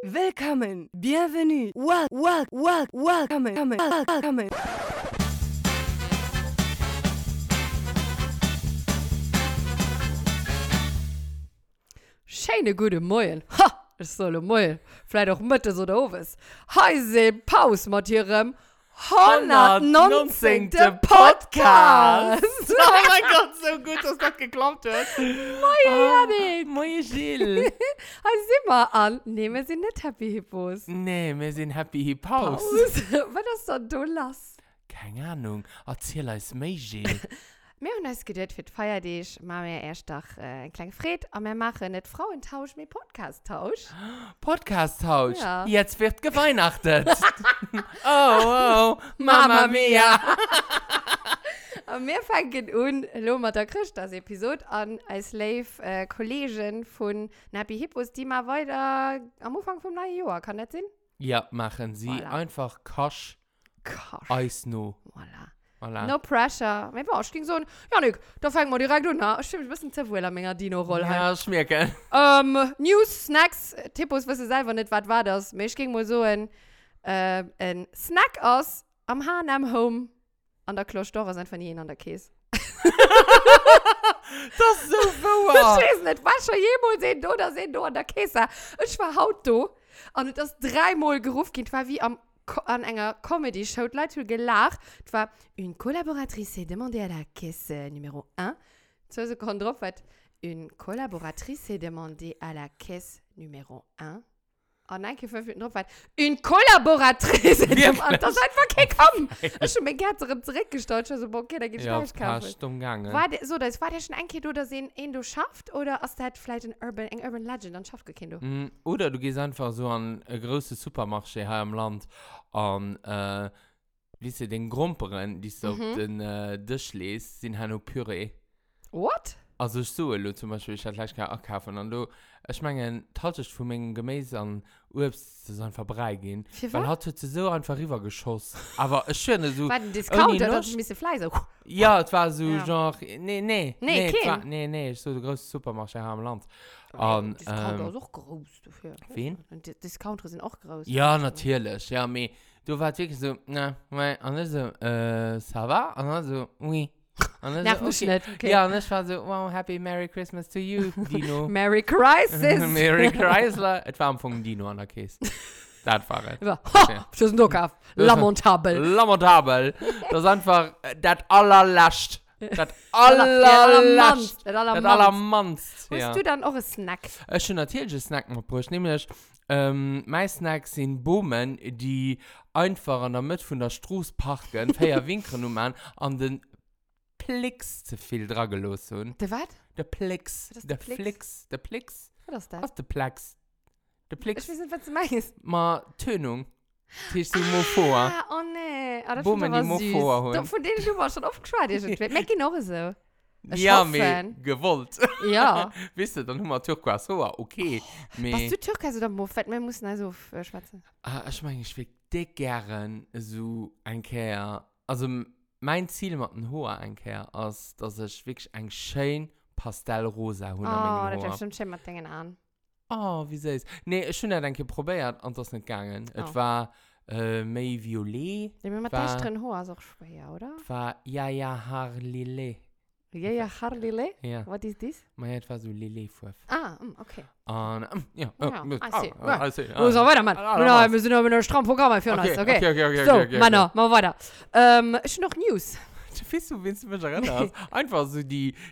Willkommen, bienvenue, welcome. Schöne gute Morgen. Ha, ich soll morgen. Vielleicht auch Mitte oder Oves. Heise Pause mit ihrem 119. Podcast. Oh mein Gott, so gut, dass das geklappt hat. Janik. Moin, Gilles. Also sind wir an. Nee, wir sind nicht Happy Hippos. Nee, wir sind Happy Hippos. Was ist das du lass? Keine Ahnung. Erzähl uns mehr, Gilles. Wir haben uns gedacht, für die Feiertag machen wir erst doch einen kleinen Fried und wir machen nicht Frauentausch, mit Podcast-Tausch. Podcast-Tausch. Ja. Jetzt wird geweihnachtet. Oh, Mama Mia. Und wir fangen an, mit der Christus-Episode an, als Live-Kollegen von Happy Hippos, die mal weiter am Anfang vom neuen Jahr, kann das sein? Ja, machen Sie Voilà. einfach Kasch, Eis nur. Voilà. Voilà. No pressure. Mir war, ich ging so, Janik, da fangen wir direkt an. Ich bin ein bisschen zu wohl an meiner Dino-Rolle. Ja, ich merke. News, Snacks, Tippos, wissen selber nicht, was war das. Aber ich ging mal so ein Snack aus am H&M Home an der Kloster, ist einfach nie an der Käse. Das ist so Ich wahr. weiß nicht, was schon jemals sehen da oder sehen da an der Käse. Ich war haut da und das dreimal gerufen, war wie an einer Comedy-Show, die Leute haben gelacht. Es war une collaboratrice est demandée à la caisse numéro 1. 2 Sekunden drauf, une collaboratrice est demandée à la caisse numéro 1. Und dann 5 Minuten drauf, une collaboratrice. Und das ist einfach gekommen. Ich habe mir gerne zurückgestellt. Also, okay, da geht es Ja, nicht kaufen. fast umgangen. War der schon ein Kind oder sehen, ihn du schafft oder ist das vielleicht ein Urban Legend, dann schafft kein Kind? Oder du gehst einfach so an einen großen Supermarkt hier im Land und wie sie den Grumperen, die so auf den Tisch lesen, sind halt noch Püree. What? Also ich so, zum Beispiel, ich hätte gleich keine kaufen und du, ich meine, tatsächlich von meinen Gemüse an Obst, das einfach brei gehen. Für Weil was? hat heute so einfach rübergeschossen. Aber ich finde so... War ein Discounter, irgendwie das noch- ist ein bisschen Fleisch. So. Ja, es war so Ja. genre... Nee, es war, kein? nee, so der größte Supermarkt hier im Land. Und Discounter ist auch groß dafür. Wen? Und Discounter sind auch groß. Ja, natürlich. Ja, aber du warst wirklich so, na, ouais, und dann so, ça va? Und dann so, oui. Und dann Nerv so, mich nicht, okay. Ja, und ich war so, wow, happy Merry Christmas to you, Dino. Merry Crisis! Merry Chrysler. Es war am Anfang Dino an der Käse. Das war es. Ha! Was ist denn da gekauft? Lamentable. Lamentable. Das ist einfach das allerlascht. Das allerlascht. Das allermannst. Hast Ja. du dann auch einen Snack? Schon natürlich einen Snack mitgebracht. Nämlich, meine Snacks sind Blumen, die einfach an der Mitte von der Straße parken, für Winkel an den Plix zu viel dran gelassen haben. Der was? Der Plix. Was ist Der der Plix? Plix. Der Plix. Was ist das? Was ist der Plix? Der Ich Plix. weiß nicht, was du meinst. Mal Tönung. Das ist so mal vor. Ah, oh nee. Ah, das Blumen, ist die aber mal vorholen. süß. Von denen du warst schon oft geschwärzt. Mir geht auch so. Ich Ja, hoffe. mir gewollt. Ja. Wisst ihr, dann haben wir Turquoise Hoa, okay. Was du Türkei oder Muffet? Wir müssen also schwätzen. Ich meine, ich würde dick gern so ein Kehr. Also, mein Ziel mit dem Haar ein Kehr ist, dass ich wirklich ein schön Pastellrosa habe. Oh, das ist schon schön mit Dingen an. Oh, wie süß. Nee, ich habe das ein Kehr probiert und das ist nicht gegangen. Oh. Es war mehr Violet. Ja, mit War- der drin Haar ist auch schwer, oder? Es war Haar Lillet. Ja, ja, Harlile. Ja, Was ist das? es war so Lillet-Fuff. Ah, okay. Und, ja. Ja, I see. I see. Oh, so weiter, Mann. Ah, Nein, wir sind noch mit einem strammen Programm für uns, okay? Okay. So, Männer, mal weiter. Ist noch News. Weißt du, wen du mich erinnerst? Einfach so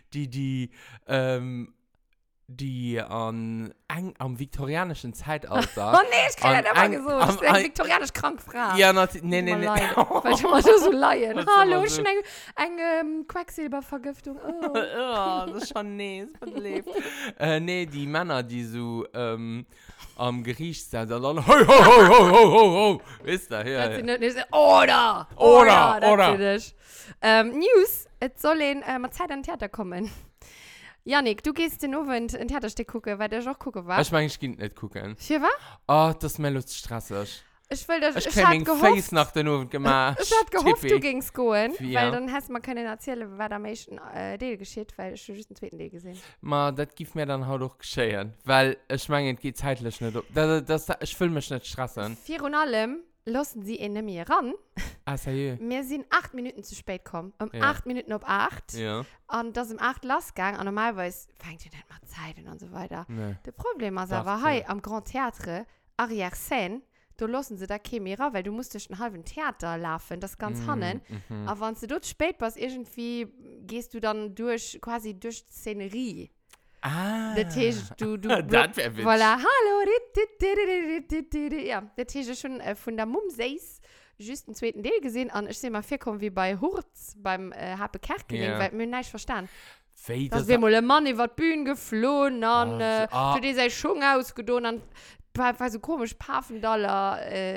die am viktorianischen Zeitalter. Oh nee, ich kann das An- immer an- so. Ich bin an- eine viktorianisch krank Frau. Ja, nee. Weil ich immer so leiden. Das ist Hallo, immer ich so. bin eine Quecksilbervergiftung. Oh. Ja, das ist schon nee, das überlebt. Nee, die Männer, die so am Gericht sind, dann ho. Wisst ihr, ja. Das sind nicht, oder. Oder. Das News, es soll mit Zeit an den Theater kommen. Janik, du gehst den Abend ein Theaterstück gucken, weil der auch gucken war. Ich meine, ich kann nicht gucken. Für was? Oh, das ist mir lustig stressig. Ich will das, Ich ich kann hatte mein gehofft, Face nach den Ofen gemacht. ich hatte gehofft, du gingst gehen, Ja. weil dann hast du mal können erzählen, was am meisten Deal geschieht, weil ich schon den zweiten Deal gesehen. Ma, das gibt mir dann halt auch geschehen. Weil ich meine, es geht zeitlich nicht. Ich will mich nicht stressen. Vier und allem lassen sie ihn nicht mehr ran. Ah, sérieux? Wir sind 8 Minuten zu spät gekommen. Um Ja. 8 Minuten auf 8. Ja. Und das um 8 losgegangen. Und normalerweise fängt ihr nicht mal Zeit und so weiter. Nee. Das Problem ist Dachte, aber, hey, am Grand Theatre, Arrière-Scène, da lassen sie da Kamera, weil du musst durch einen halben Theater laufen, das ist ganz hannen. Aber wenn du dort spät bist, irgendwie gehst du dann quasi durch die Szenerie. Ah. Das heißt, du Das wäre witzig. voilà, hallo, ja, das heißt schon von der Mumseis just den zweiten Teil gesehen und ich sehe mal vorkommen wie bei Hurz beim Happe Kerkeling, Ja. weil mir nicht verstanden. Wie, Das wäre mal ein Mann über die Bühne geflohen und Ah. für die sei schon ausgedonnen und war so komisch Pafendaller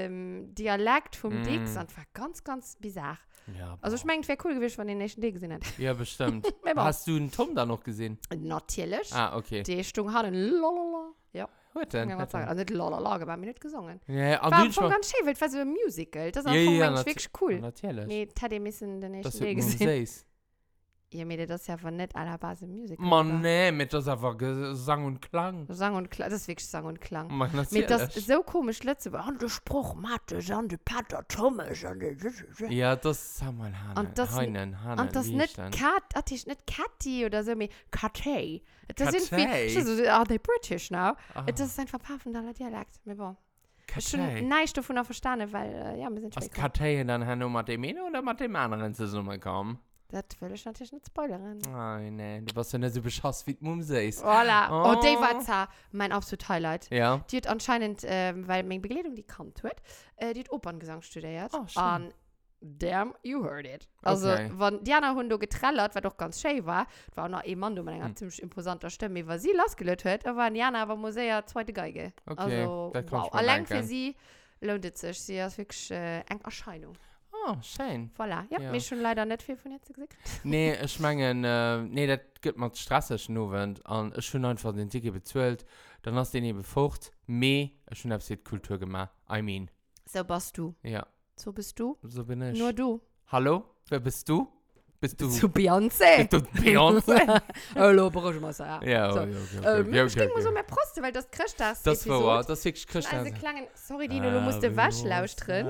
Dialekt vom Dix und war ganz, ganz bizarr. Ja, Also ich meine, es wäre cool gewesen, wenn ich den nächsten Tag gesehen hätte. ja, bestimmt. Aber- Hast du den Tom da noch gesehen? Natürlich. Ah, okay. Die Stung hat ein Lalala. Ja. Gut dann. Kann man sagen. Also nicht lalala, aber wir nicht gesungen. Ja, und War du schon ganz schön, weil es war so ein Musical. Das ist Ja, einfach ja, eigentlich wirklich cool. Natürlich. Nee, Teddy müssen den Das nächsten wird Tag man gesehen. sehen. Ja, mir das ja von nicht aller Basis Musical. Man, nee, mit das einfach Gesang und Klang. Sang und Klang, das ist wirklich Sang und Klang. Man, Mit das natürlich. so komisch letzte Woche. Und der Spruch, Mathe, und der Pater Thomas. Ja, das haben wir Hannen. Und das- Hannen, Und das nicht Kat, das ist nicht Katy oder so, mehr Katay. Das sind wie, Katay? ich so, are they British now? Ah. Das ist einfach Pfaffendaler Dialekt. Aber bon. Schon Katay. nicht davon verstanden, weil, ja, wir sind Aus spät. Katay dann haben wir mit dem einen oder mit dem anderen zusammengekommen? Das will ich natürlich nicht spoilern. Nein, nee, du warst ja nicht so beschossen wie die Mumseis. Voilà. Oh. Oh, die war zwar mein absolut Highlight. Ja. Die hat anscheinend, weil meine Begleitung die kannt hat, die hat Operngesang studiert. Oh, schön. Und damn, you heard it. Also, Okay. wenn Diana Hundo getrellert, was doch ganz schön war, war auch noch ein Mann mit einer ziemlich imposanter Stimme, was sie losgelöst hat, aber Diana war Musea zweite Geige. Okay, Also, das kann wow. ich mir Allein für denken. sie lohnt es sich. Sie ist wirklich eine Erscheinung. Oh, schön. Voilà. Ja, Ja. mir schon leider nicht viel von jetzt gesehen. Nee, ich meine, nee, das geht mir stressig nur, und ich habe einfach den Ticket bezahlt, dann hast du den eben fort, mehr, ich habe selbst Kultur gemacht, I mean, So bist du. ja, So bist du. so bin ich. Nur du. Hallo, wer bist du? Bist du? Zu Beyoncé. Bist du Beyoncé? Hallo, brauche ich mal. Ja, So. okay, okay. Ich denke mal so mehr Proste, weil das kriegst das. Das war wahr, das ist wirklich Also Christian. klangen, sorry Dino, du musst den Wasch lauschen.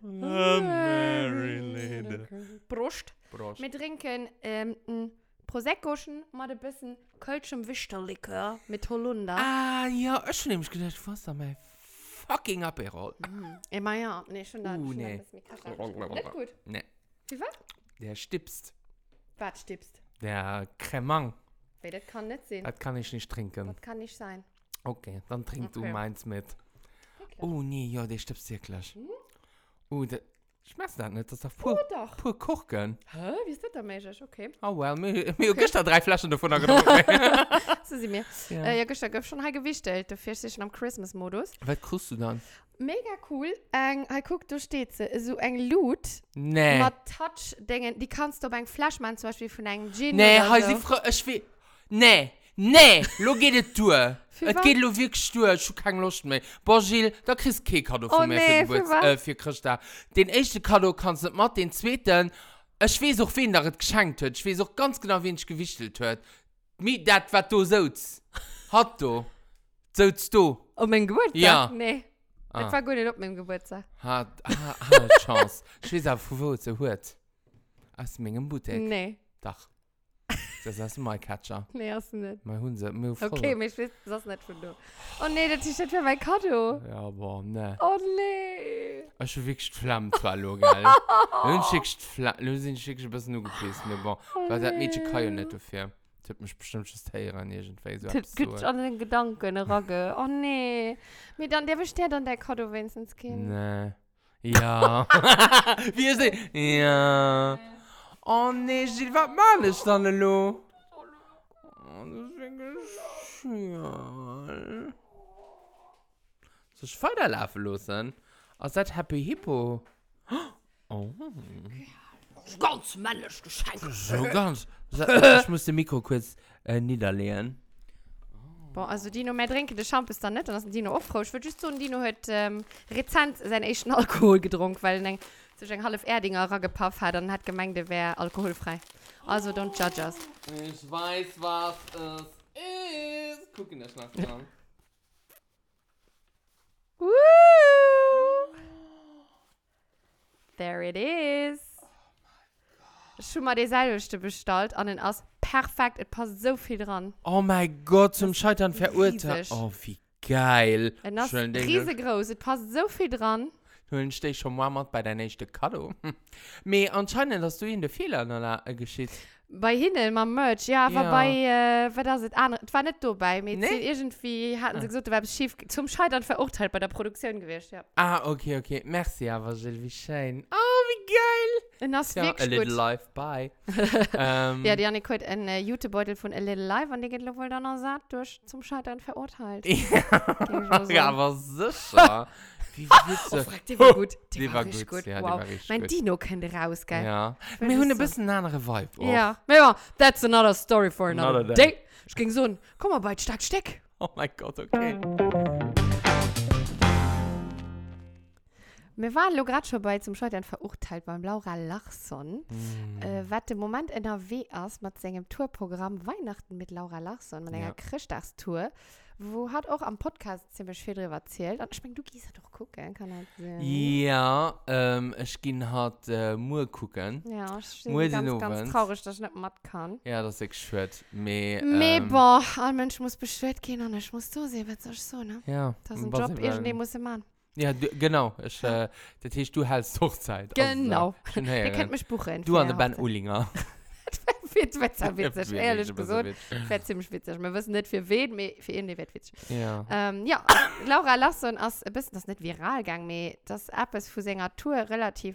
Brust. Prost. Wir trinken ein Proseccochen mit ein bisschen kölschem Wichterlikör mit Holunder. Ah, ja, ich habe nämlich gedacht, was ist mein fucking Aperol? Immer ja, nee, schon da. schon nee. ein bisschen mit Nicht gut. Nee, Wie war? der stipst. Was stippst? Der Cremant, Weil das kann nicht sein. das kann ich nicht trinken. Das kann nicht sein. Okay, dann trink du Okay. meins mit. Wirklich? Oh nee, ja, der stipst wirklich. Hm? Oh, der schmeckt das nicht, das ist doch Oh, pur, doch. pur kochen. Hä? Wie ist das denn möglich? Okay. Oh well, mir gestern 3 Flaschen davon getrunken. So sie mir. Ja. Ja, gestern habe ich schon gewichtet. Du fährst dich am Christmas-Modus. Was kriegst du dann? Mega cool. Guck, du steht so ein Loot Nee. mit Touch-Dingen. Die kannst du beim Flashman zum Beispiel von einem Gin Nee, oder halt so. sie ich will. Nee, lo geht es durch. Für Es was? geht lo wirklich durch, ich habe keine Lust mehr. Boah, Gilles, da kriegst du kein Kado von Oh mir nee, für, für was? für Christa. Den ersten Kado kannst du nicht machen, den zweiten, ich weiß auch, wen der es geschenkt hat. Ich weiß auch ganz genau, wen ich gewichtelt hat. Mit das, was du sollst. Hat du. Sollst du. Oh, mein Geburtstag? Ja. Nee. Ah. Das war gut nicht auf meinem Geburtstag. Hat Chance. Ich weiß auch, von wo sie hat. Aus meinem Boutique. Nee. Doch. Das ist mein Catcher. Nee, hast du nicht. Mein Hund sagt mir voll. Okay, mich weiß das nicht von du. Oh nee, das T-Shirt für mein Kado. Ja, aber ne. Oh nee. Ich bin wirklich flammen, zwar, gell. Nun schickst flammen. Nun sind ich ein bisschen nur gepisst, mir bon. Weil das Mädchen kann ja nicht dafür. Das hat mich bestimmt schon steigen, irgendwie. So Das gibt an den Gedanken, Rogge. Oh nee. Mir dann, der bestellt dann der Kado wenigstens kein. Nee. Ja. Wie ist es? Ja. Oh nee, Gilles, was mach ich dann, lo? Oh, das ist schön. Soll ich weiterlaufen lassen? Oh, seid Happy Hippo. Oh. Ganz männlich Geschenk. So ganz. Ich muss das Mikro kurz niederlegen. Boah, also Dino mehr trinken, der Shampoo ist dann nicht, und das ist ein Dino auch froh. Ich würde just so ein Dino hat rezent seinen echten Alkohol getrunken, weil er sich ein halb Erdinger gepafft hat und hat gemeint, der wäre alkoholfrei. Also don't judge us. Ich weiß, was es ist. Guck in der Schlacht an. Woo! There it is. Schon mal die Seilste bestellt und dann ist perfekt, es passt so viel dran. Oh mein Gott, zum Scheitern verurteilt. riesig. Oh, wie geil. Und das ist Schön, riesengroß, es passt so viel dran. Du stehst schon mal bei der nächsten Kado. Aber anscheinend hast du in den Fehler geschickt. Bei Hinnel, mein Merch, ja, war Ja. bei, was das ist, es war nicht dabei, mit Nee? irgendwie hatten sie gesagt, du wärst schief, zum Scheitern verurteilt bei der Produktion gewesen, ja. Ah, okay. Merci, aber Jill, wie schön. Oh, wie geil. Und das ist Ja, a wirklich little gut. life, bye. Ja, die Annik hat einen Jutebeutel von A Little Life, und die geht wohl dann auch satt durch zum Scheitern verurteilt. Ja, aber sicher. Wie witzig. Frag, die war gut. Die war richtig gut, ja, die wow. war richtig Mein gut. Dino könnte raus, gell? Ja. Weil Wir das haben ein so- bisschen eine andere Vibe. Oh. Ja. Ja, that's another story for another Another day. day. Ich ging so ein, komm mal bald stark steck. Oh mein Gott, okay. Wir waren gerade schon bei zum Scheitern verurteilt beim Laura Lachson. Was im Moment in der WS mit seinem Tourprogramm Weihnachten mit Laura Lachson, mit einer Ja. Christtagstour, wo hat auch am Podcast ziemlich viel drüber erzählt. Und ich meine, du gehst ja doch gucken, kann das sein? Ja, ich ging halt Mur gucken. Ja, ich Muss bin ich noch ganz was? traurig, dass ich nicht mit kann. Ja, das ist schwer. Me, boah, ein Mensch muss beschwert gehen und ich muss so sehen, was soll ich so, ne? Ja. Das ist ein was Job, ich irgendwie will. muss ich machen. Ja, genau. Das heißt, du hältst Hochzeit. Genau. Also, schon Ihr her, könnt mich buchen. Du an der Band Ullinger. Wird sehr witzig, Wirklich, ehrlich das gesagt. wird witzig. Wird ziemlich witzig. Wir wissen nicht für wen, aber für ihn wird witzig. Ja. Ja, Laura Lasson ist ein bisschen, das ist nicht viral gegangen, aber das App ist für seine Tour relativ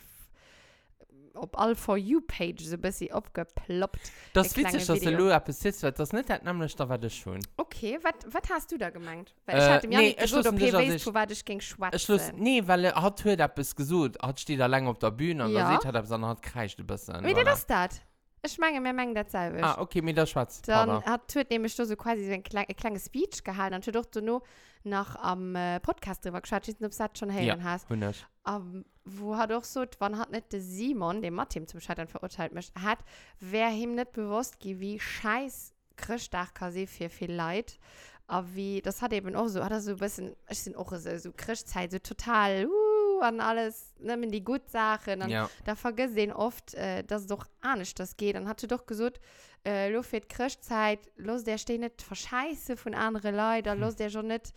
auf All For You Page so ein bisschen abgeploppt. Das ist ein witzig, kleines dass der Video. Lo etwas sitzt, weil das nicht hat, nämlich da war das schon. Okay, was hast du da gemeint? Weil ich hatte mir nee, nicht gesagt, ich ob wusste nicht, PWs, dass wo war ich gegen Ich schwatzen. schluss, nee, weil er hat heute etwas gesucht, hat steht da lange auf der Bühne und Ja. da sieht hat er dann hat kreischt ein bisschen. Wie das das? Ich meine, wir mengen das selber. Ah, okay, mit der Schwarz. Dann hat Tut nämlich so quasi so ein kleines Speech gehalten und du nur noch am Podcast drüber geschaut, ob du das schon hören hast. Hundersch. Wo hat auch so, wann hat nicht der Simon, den Martin zum Scheitern verurteilt mich, hat, wer ihm nicht bewusst, wie scheiß Christtag quasi für viel Leid. Aber wie, das hat eben auch so, hat er so ein bisschen, ich bin auch so Christzeit, so total, an alles, nehmen die guten Sachen. Und Ja. da vergisst den oft, dass doch auch nicht das geht. Dann hat er doch gesagt, los für die Christzeit, los der steht nicht verscheiße von anderen Leuten, los der schon nicht,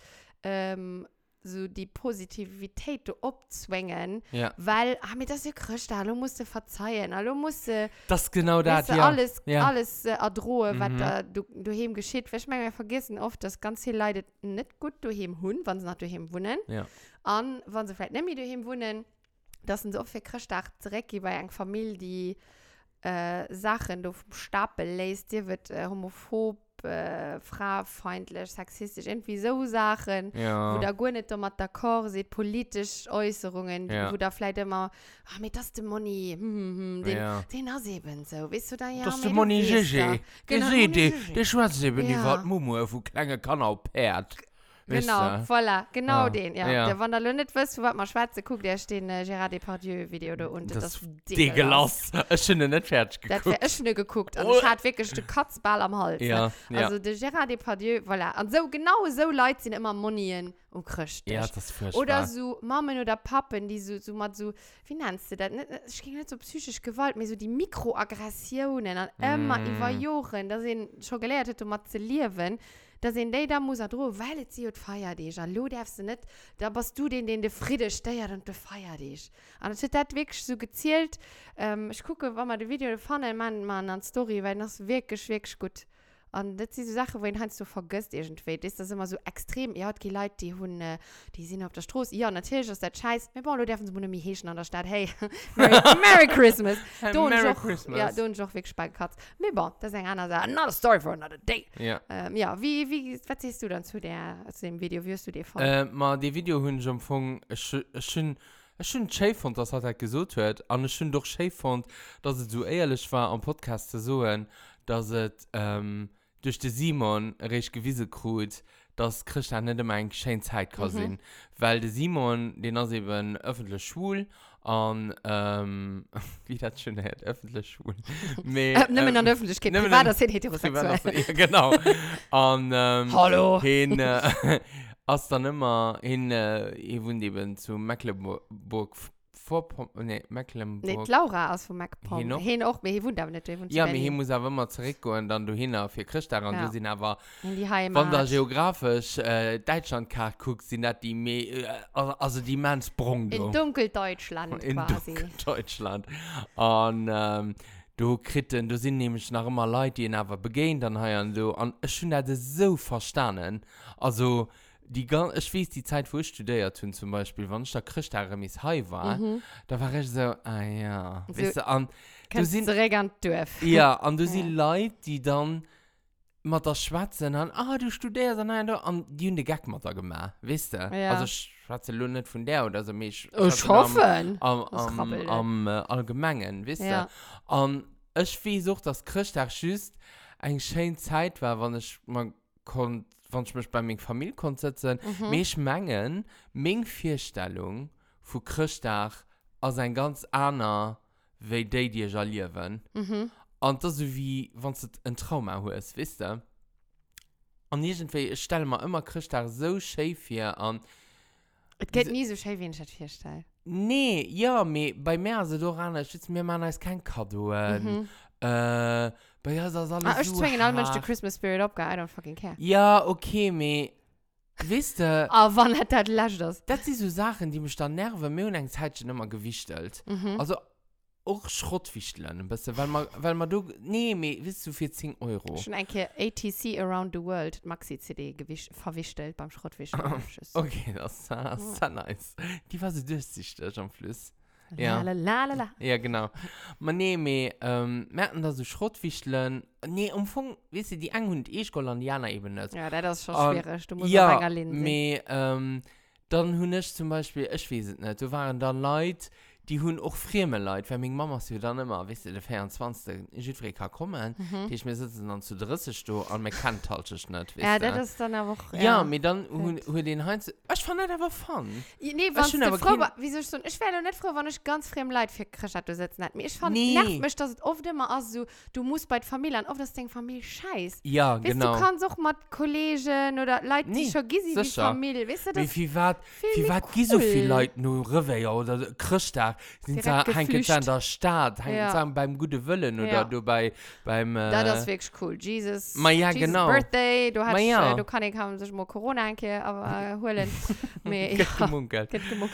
so die Positivität abzwängen, Ja. weil, mir das ist ja Christ, hallo musst du verzeihen, hallo musst du, Das ist genau das, weißt du, ja. alles, Ja. alles erdrohen, was Mhm. du ihm geschieht. Weil ich meine, wir vergessen oft, dass ganz viele Leute nicht gut daheim wohnen, wenn sie nicht daheim wohnen. Ja. Und wenn sie vielleicht nicht mehr daheim wohnen, das sind so oft für Christtag direkt bei einer Familie, die Sachen auf dem Stapel lässt, die wird homophob, frauenfeindlich, sexistisch, irgendwie so Sachen, wo Ja. da gar nicht damit d'accord sind, politische Äußerungen, Ja. wo da vielleicht immer, mit das ist der Money, den, Ja. den hast eben so, weißt du da, ja, Das ist mir der du Moni weißt ja. Gigi. Genau, Gesehen, Moni die Gigi. Schwarze, die Ja. war Mumu, wo kleine Kanal Pferd. Genau, voilà, genau Ah, den, ja. ja. Der, wenn der nicht wisst, wo man schwarze guckt, der steht ein Gerard Depardieu-Video da unten. Das ist Diggelas. Ich finde nicht fertig Das geguckt. wäre ich nicht geguckt. Und Oh. ich hatte wirklich den Katzball am Hals. Ja, ja. Also der Gerard Depardieu, voilà. Und so, genau so Leute sind immer Monien und christlich. Ja, das ist furchtbar. Oder so Mammen oder Pappen, die so mit so, wie nennst du das? Ich ging nicht so psychisch Gewalt, mehr so die Mikroaggressionen und immer über Jahre, da sind schon gelernt, hat, um zu leben, da sind die da muss er drauf, weil es sie feiert dich. Und du darfst du nicht, da bist du den der Friede steuert und der feiert dich. Und das hat das wirklich so gezielt. Ich gucke, wenn man das Video fand, man an Story, weil das ist wirklich, wirklich gut. Und das sind so Sachen, wo ihn du vergisst irgendwie. Das ist das immer so extrem. Ja, die Leute, die sind auf der Straße. Ja, natürlich ist das scheiße. Wir wollen dürfen so eine Mihischen an der Stadt. Hey, Merry Christmas. Merry Christmas. Ja, du auch wirklich bei Katz. Aber bon, das ist eine andere Sache. Another story for another day. Ja. Ja, was siehst du dann zu dem Video? Wie hast du dir vor? Mal die Video hun schon von schön schön fand, das hat er gesagt hat und ich schön doch schön fand, dass es so ehrlich war am Podcast zu sagen, dass es durch den Simon recht gewisse Krut, dass Christian nicht immer eine schöne Zeit kann sein. Weil der Simon, den ist eben öffentlich schwul und, wie das schon heißt, öffentlich schwul. Nicht mehr in der Öffentlichkeit, privat, das sind heterosexuell. Ja, genau. Und, Hallo. als dann immer ich wohne eben zu Mecklenburg Mecklenburg. Nicht Laura aus von MacPom. Hier noch? Hier auch, aber hier wohnt aber nicht. Ja, mir muss aber immer zurückgehen, dann du hin für Christa und du sind aber, in die Heimat. wenn du geografisch Deutschlandkarte guckst, sind das die mehr, also die Mannsprung. In Dunkeldeutschland in quasi. Dunkeldeutschland. Und du sind nämlich noch immer Leute, die ihn aber begehen, dann haben du, und ich finde das so verstanden. Also, ich weiß, die Zeit, wo ich studiert habe, zum Beispiel, wenn ich da Christa Miss High war, da war ich so, ja. So, weißt du, und kannst du direkt an Dorf. ja, und du siehst Leute, die dann mit der schwätzen und, du studierst und die haben den Gag mit da gemacht, weißt du? Ja. Also, ich schwätze nur nicht von der oder so, ich hoffe. am Allgemeinen, weißt du? Und ich weiß auch, dass Christa just eine schöne Zeit war, wenn ich mich bei meiner Familie sitzen konnte. Ich meine, meine Vorstellung von Christa als ein ganz anderer, wie die ich erleben. Und das ist so wie, wenn es ein Trauma ist, weißt du? Und irgendwie, ich stelle mir immer Christa so schön vor. Und es geht nie so schön, wie ich das vorstelle. Nee, ja, bei mir ist es doch anders. Mir machen kein Kado. Bei ihr ist das alles ich zwinge alle Menschen den Christmas Spirit abgehen. I don't fucking care. Ja, okay, aber weißt du, wann hat das lascht das? das sind so Sachen, die mich dann nerven, mir und eine Zeit schon immer gewichtelt. Also auch Schrottwichteln ein bisschen, weil man du, weißt du, für 10 Euro. Schon ein ATC Around the World Maxi-CD verwichtelt beim Schrottwichteln. Okay, das ist nice. Die war so durchsichtig am Fluss. Ja. Ja, genau. Man merken da so Schrottwichteln. Nee, umfang, weißt du, die Anhund Kolonianer eben nicht. Ja, das ist schon schwierig. Du musst ja, auch länger dann habe ich zum Beispiel, ich weiß es nicht, da waren dann Leute, die haben auch fremde Leute, weil meine Mama ist ja dann immer, weißt du, der 24. in Südafrika kommen, die ich mir sitzen dann zu 30 da und man kann halt nicht, weißt ja, du. das ist dann aber auch, ja, aber dann haben den Heinz, ich fand das aber fun. Nee, wieso ich so, ich wäre nicht froh, wenn ich ganz fremde Leute für Christa sitzen hätte. Ich fand, nervt mich, dass es oft immer also, du musst bei der Familie und oft das Ding Familie scheiß. Ja, weißt, genau. Du kannst auch mit Kollegen oder Leute, die schon gisi wie Familie, weißt du, das wie wat gibt so viele Leute nur Reveille oder Christa, sind da hängt an der Stadt, hängt beim guten Willen oder du beim das ist wirklich cool. Jesus genau. Birthday, du hast du kannst ich haben sich mal Corona aber holen. Geht gemunkelt.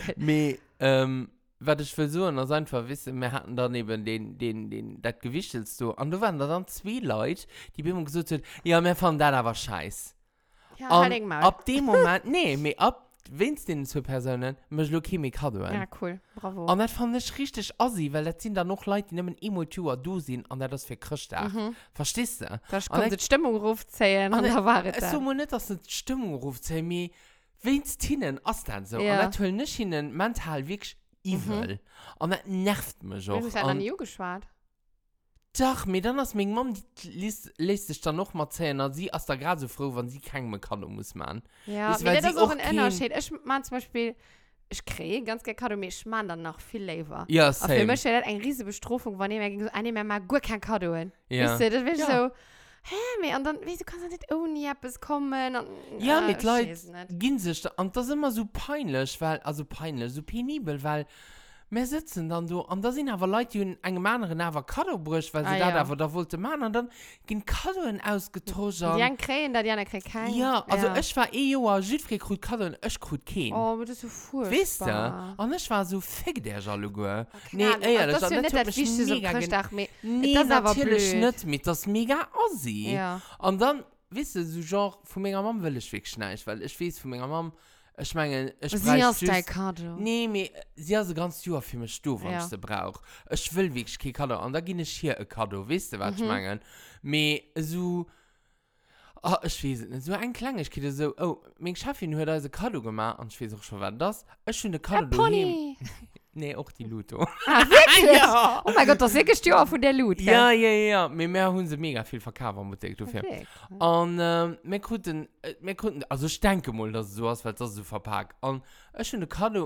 Was ich versuche, ist einfach, wissen, wir hatten daneben das gewichtelst du. Und du waren da dann 2 Leute, die mir gesagt haben, ja, wir fanden das aber scheiß. Ja, halt mal. Ab dem Moment, wenn es den 2 Personen, mich Leukämie hat. Ja, cool, bravo. Und das fand ich richtig assi, weil das sind da noch Leute, die nehmen immer du sind und das für Christa. Verstehst du? Da kommt die Stimmung rufzählen und da war es dann. Es ist so nicht, dass es die Stimmung rufzählen, aber wenn es hinnen ist dann so. Ja. Und das will nicht hinnen mental wirklich evil. Und das nervt mich auch. Du hast ja dann nie geschwart. Doch, mir dann ist meine Mom, die lässt sich dann noch mal erzählen, und sie ist da gerade so froh, wenn sie keinen Mekano muss machen. Ja, weißt, das ist auch ein Unterschied. Ich meine zum Beispiel, ich kriege ganz gerne Kado, aber ich meine dann noch viel lieber. Ja, same. Aber für mich ist das eine riesige Bestrafung, wenn ich mir mal gut kein Kado hin. Ja. Weißt du, das ist so, und dann, weißt du, kannst du nicht ohne etwas kommen. Und, ja, mit Leuten gehen sich da, und das ist immer so peinlich, so penibel, weil wir sitzen dann da, und da sind aber Leute, die einem anderen aber Kado brüchen, weil sie da wollte man, und dann gehen Kadoen ausgetauscht. Die einen kriegen da, die anderen kriegen keinen. Ja, also ich war Jahr Südfried kriegt Kado und ich krieg keinen. Oh, aber das ist so furchtbar. Weißt du? Und ich war so fick der Jalugo. Nee, das ist ja nicht das Wichtigste, so Christach, nee, das ist aber natürlich blöd. nicht mit, das ist mega assi. Ja. Und dann, weißt du, so genre, von meiner Mom will ich wirklich nicht, weil ich weiß, von meiner Mom, ich meine, ich brauche sie ist dein Kado. Nee, sie ist ein ganz Jahr für mich da, wenn ich sie brauche. Ich will wirklich kein Kado. Und da gehe ich hier ein Kado, weißt du, was ich meine? Aber so, ich weiß nicht, so ein Kleinigkeit, so, meine Chefin hat also ein Kado gemacht, und ich weiß auch schon, was das ist. Ich finde ein Kado Pony! Nee, auch die Luto. Ah, wirklich? Ja. Oh mein Gott, das ist wirklich die von der Loot. Ja. Mit mehr haben sie mega viel verkauft, muss ich dafür. Perfekt. Und wir konnten, also ich denke mal, dass es so ist, weil das so verpackt. Und ich habe eine Karte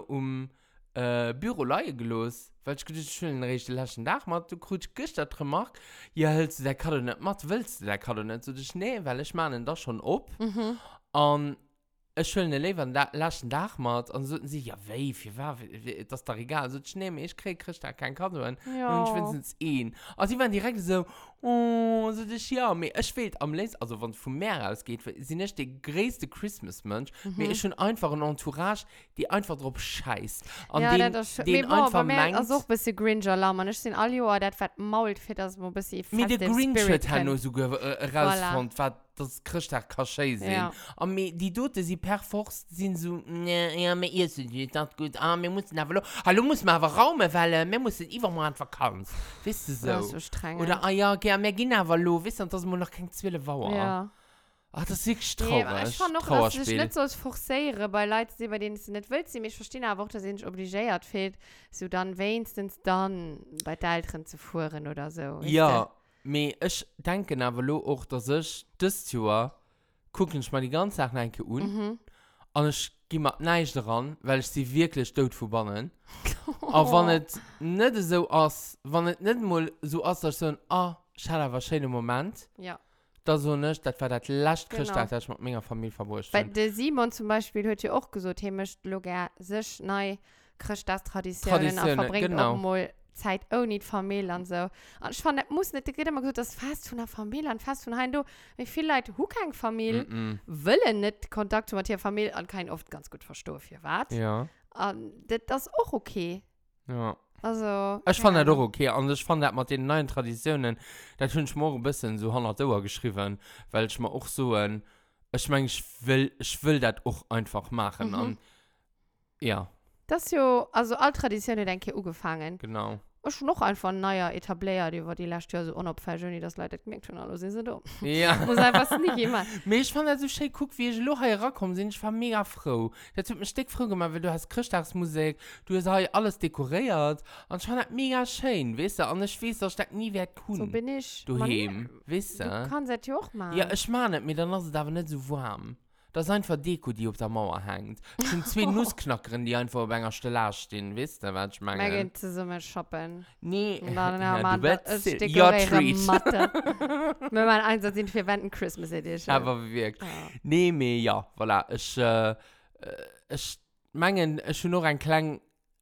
Büro leihen gelost, weil ich gedacht ich will einen richtigen letzten Tag machen. Du kriegst gestern gemacht, ja, hältst du der Karte nicht mit, willst du der Karte nicht? So, ich, nee, weil ich meine das schon ab. Und ich will eine Leben letzten Tag machen. Und so sie, ja, wie, das ist doch egal. Also ich nehme, ich krieg da kein Karte. Und ich finde es ihn. Also sie waren direkt so, oh, so das ja, aber ich will am letzten, also wenn es von mir ausgeht, sie nicht der größte Christmas-Mensch, mir ist schon einfach ein Entourage, die einfach drauf scheißt. Und Ja, den, das ist den einfach meint, also auch ein bisschen Gringer-Lamm. Ich sehe alle Jahre, das wird mault, für das wir ein bisschen mit der festive Grinch Spirit hat können. nur sogar rausgefunden, was das Christtag Kaschee sind. Ja. Und die Dote, sie per Force sind so, ja, mir ist es nicht gut, wir müssen aber, hallo, muss man aber raumen, weil wir müssen immer einfach Vakanz. Weißt du so? Das ist so streng. Oder, ja, wir gehen aber los, weißt du, das ist noch kein 12 Wochen. Ja. Ach, das ist wirklich Nee, traurig. aber ich fand noch, dass ich nicht so forcieren bei Leuten, bei denen es nicht will. Sie mich verstehen aber auch, dass sie nicht obligiert fehlt, so dann wenigstens dann bei den Eltern zu fahren oder so. Weißt Ja, du? aber ich denke aber auch, dass ich das Jahr gucke ich mal die ganze Sache an und ich gehe mal nicht daran, weil ich sie wirklich tot verbannen. Aber wenn es nicht so ist, wenn es nicht mal so ist, dass ich so ich hatte aber einen schönen Moment. Ja. Das so nicht, das war das letzte Genau. Christtag, das ich mit meiner Familie verbracht Bei habe. der Simon zum Beispiel hat ja auch gesagt, er möchte sogar sich neue Christtagstraditionen verbringen, genau. auch mal Zeit ohne die Familie und so. Und ich fand, das muss nicht, ich immer gesagt, das Fest von der Familie und Fest von Heim, wie viele Leute haben keine Familie, wollen nicht Kontakt mit der Familie und können oft ganz gut verstehen, für was. Ja. Und das ist auch okay. Ja. Also, Ich fand das auch okay. Und ich fand das mit den neuen Traditionen, das habe ich morgen ein bisschen so 100 Euro geschrieben, weil ich mir auch so ich meine, ich will das auch einfach machen. Und ja. Das ist ja, also alle Traditionen, denke ich, angefangen. Genau. Ich noch einfach ein neuer etabliert, die war die letzte Jahr so unabhängig, dass Leute gemerkt haben, alle sind so dumm. Ja. Muss einfach nicht jemand. Aber ich fand das so schön, guck, wie ich hier rangekommen bin. Ich war mega froh. Das hat mich dick froh gemacht, weil du hast Christtagsmusik, du hast hier alles dekoriert. Und ich fand das mega schön, weißt du? Und ich weiß, dass ich das nie werde tun. So bin ich. Daheim, weißt Du du? kannst das ja auch machen. Ja, ich meine, mir dann ist es aber nicht so warm. Das ist einfach Deko, die auf der Mauer hängt. Es sind zwei Nussknackeren, die einfach auf einer Stelle stehen, weißt du, was ich meine? Wir gehen zusammen shoppen. Nee, Und dann ja, haben du wir willst eine your treat. Matte. Wir machen Einsatz in für Wenden Christmas Edition. Aber wirklich. Ja. Nee, mir ja, voilà. Ich meine, ich will noch einen kleinen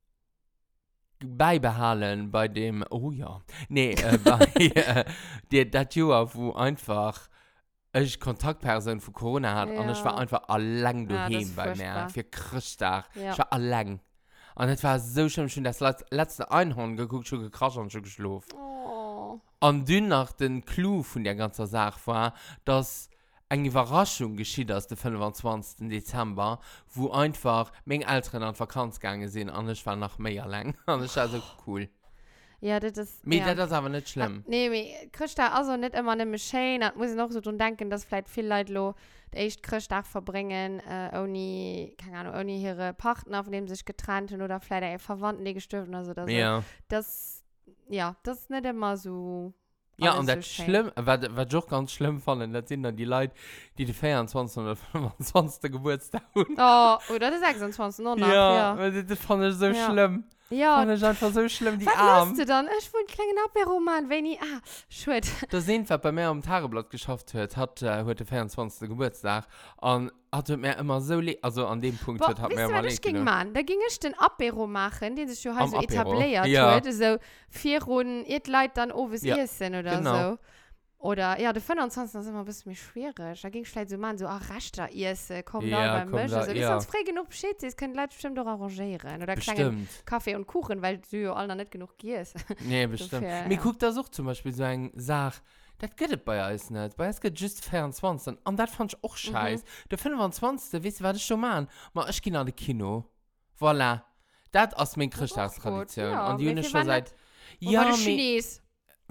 beibehalten bei dem, oh ja, nee, bei das Jahr, wo einfach ich Kontaktperson für Corona hatte und ich war einfach allein Ja, das daheim ist bei mir furchtbar. für Christtag. Ja. Ich war allein. Und es war so schlimm, schon das letzte Einhorn geguckt, schon gekrascht und schon geschlafen. Oh. Und dann nach den Clou von der ganzen Sache war, dass eine Überraschung geschieht aus dem 25. Dezember, wo einfach meine Eltern an Vakanz gegangen sind und ich war noch mehr lang. Und das war so cool. Ja, das ist. Mir Ja. das ist aber nicht schlimm. Nee, Christtag also nicht immer eine schön. Da muss ich noch so dran denken, dass vielleicht viele Leute den ersten Christtag verbringen, ohne, keine Ahnung, ohne ihre Partner, von dem sie sich getrennt haben oder vielleicht ihre Verwandten, die gestorben sind oder so. Ja. Das ist nicht immer so. Ja, alles und so das schön. schlimm, was ich auch ganz schlimm fand, das sind dann die Leute, die den 24. oder 25. Geburtstag haben. Oh, oder der 26. noch nach. Ja, das fand ich so Ja. schlimm. Ja. Fand ich einfach so schlimm, die Was Armen. machst du dann? Ich will einen kleinen Apero-Mann, wenn ich. Schwit. Da sind wir bei mir am Tageblatt geschafft hat heute 24. Geburtstag und hat mir immer so also an dem Punkt Wisst hat ihr, mir was immer ich ging, Mann? Da ging ich den Apero machen, den sich schon halt Am so Apero. etabliert Ja. hat. So 4 Runden, ihr Leute dann oben Ja, essen oder genau. so. Oder, ja, der 25. ist immer ein bisschen mehr schwierig. Da ging ich vielleicht so, Mann, so, Rasta essen, komm Ja, da beim komm Misch. da, Also, bis ja. uns frei genug Bescheid ist, können die Leute bestimmt auch arrangieren. Oder kleinen Bestimmt. Kaffee und Kuchen, weil du ja alle nicht genug gehst. Nee, bestimmt. Dafür, Mir ja. guckt das auch zum Beispiel so eine Sache, das geht es bei uns nicht. Bei uns geht just 24. Und das fand ich auch scheiße. Der 25. Weißt du, was ich schon mache? Ich gehe nach dem Kino. Voilà. Das ist meine Christtagstradition. Ja, und die wie habe ich viel schon waren seit... Ja, Ja, Chines.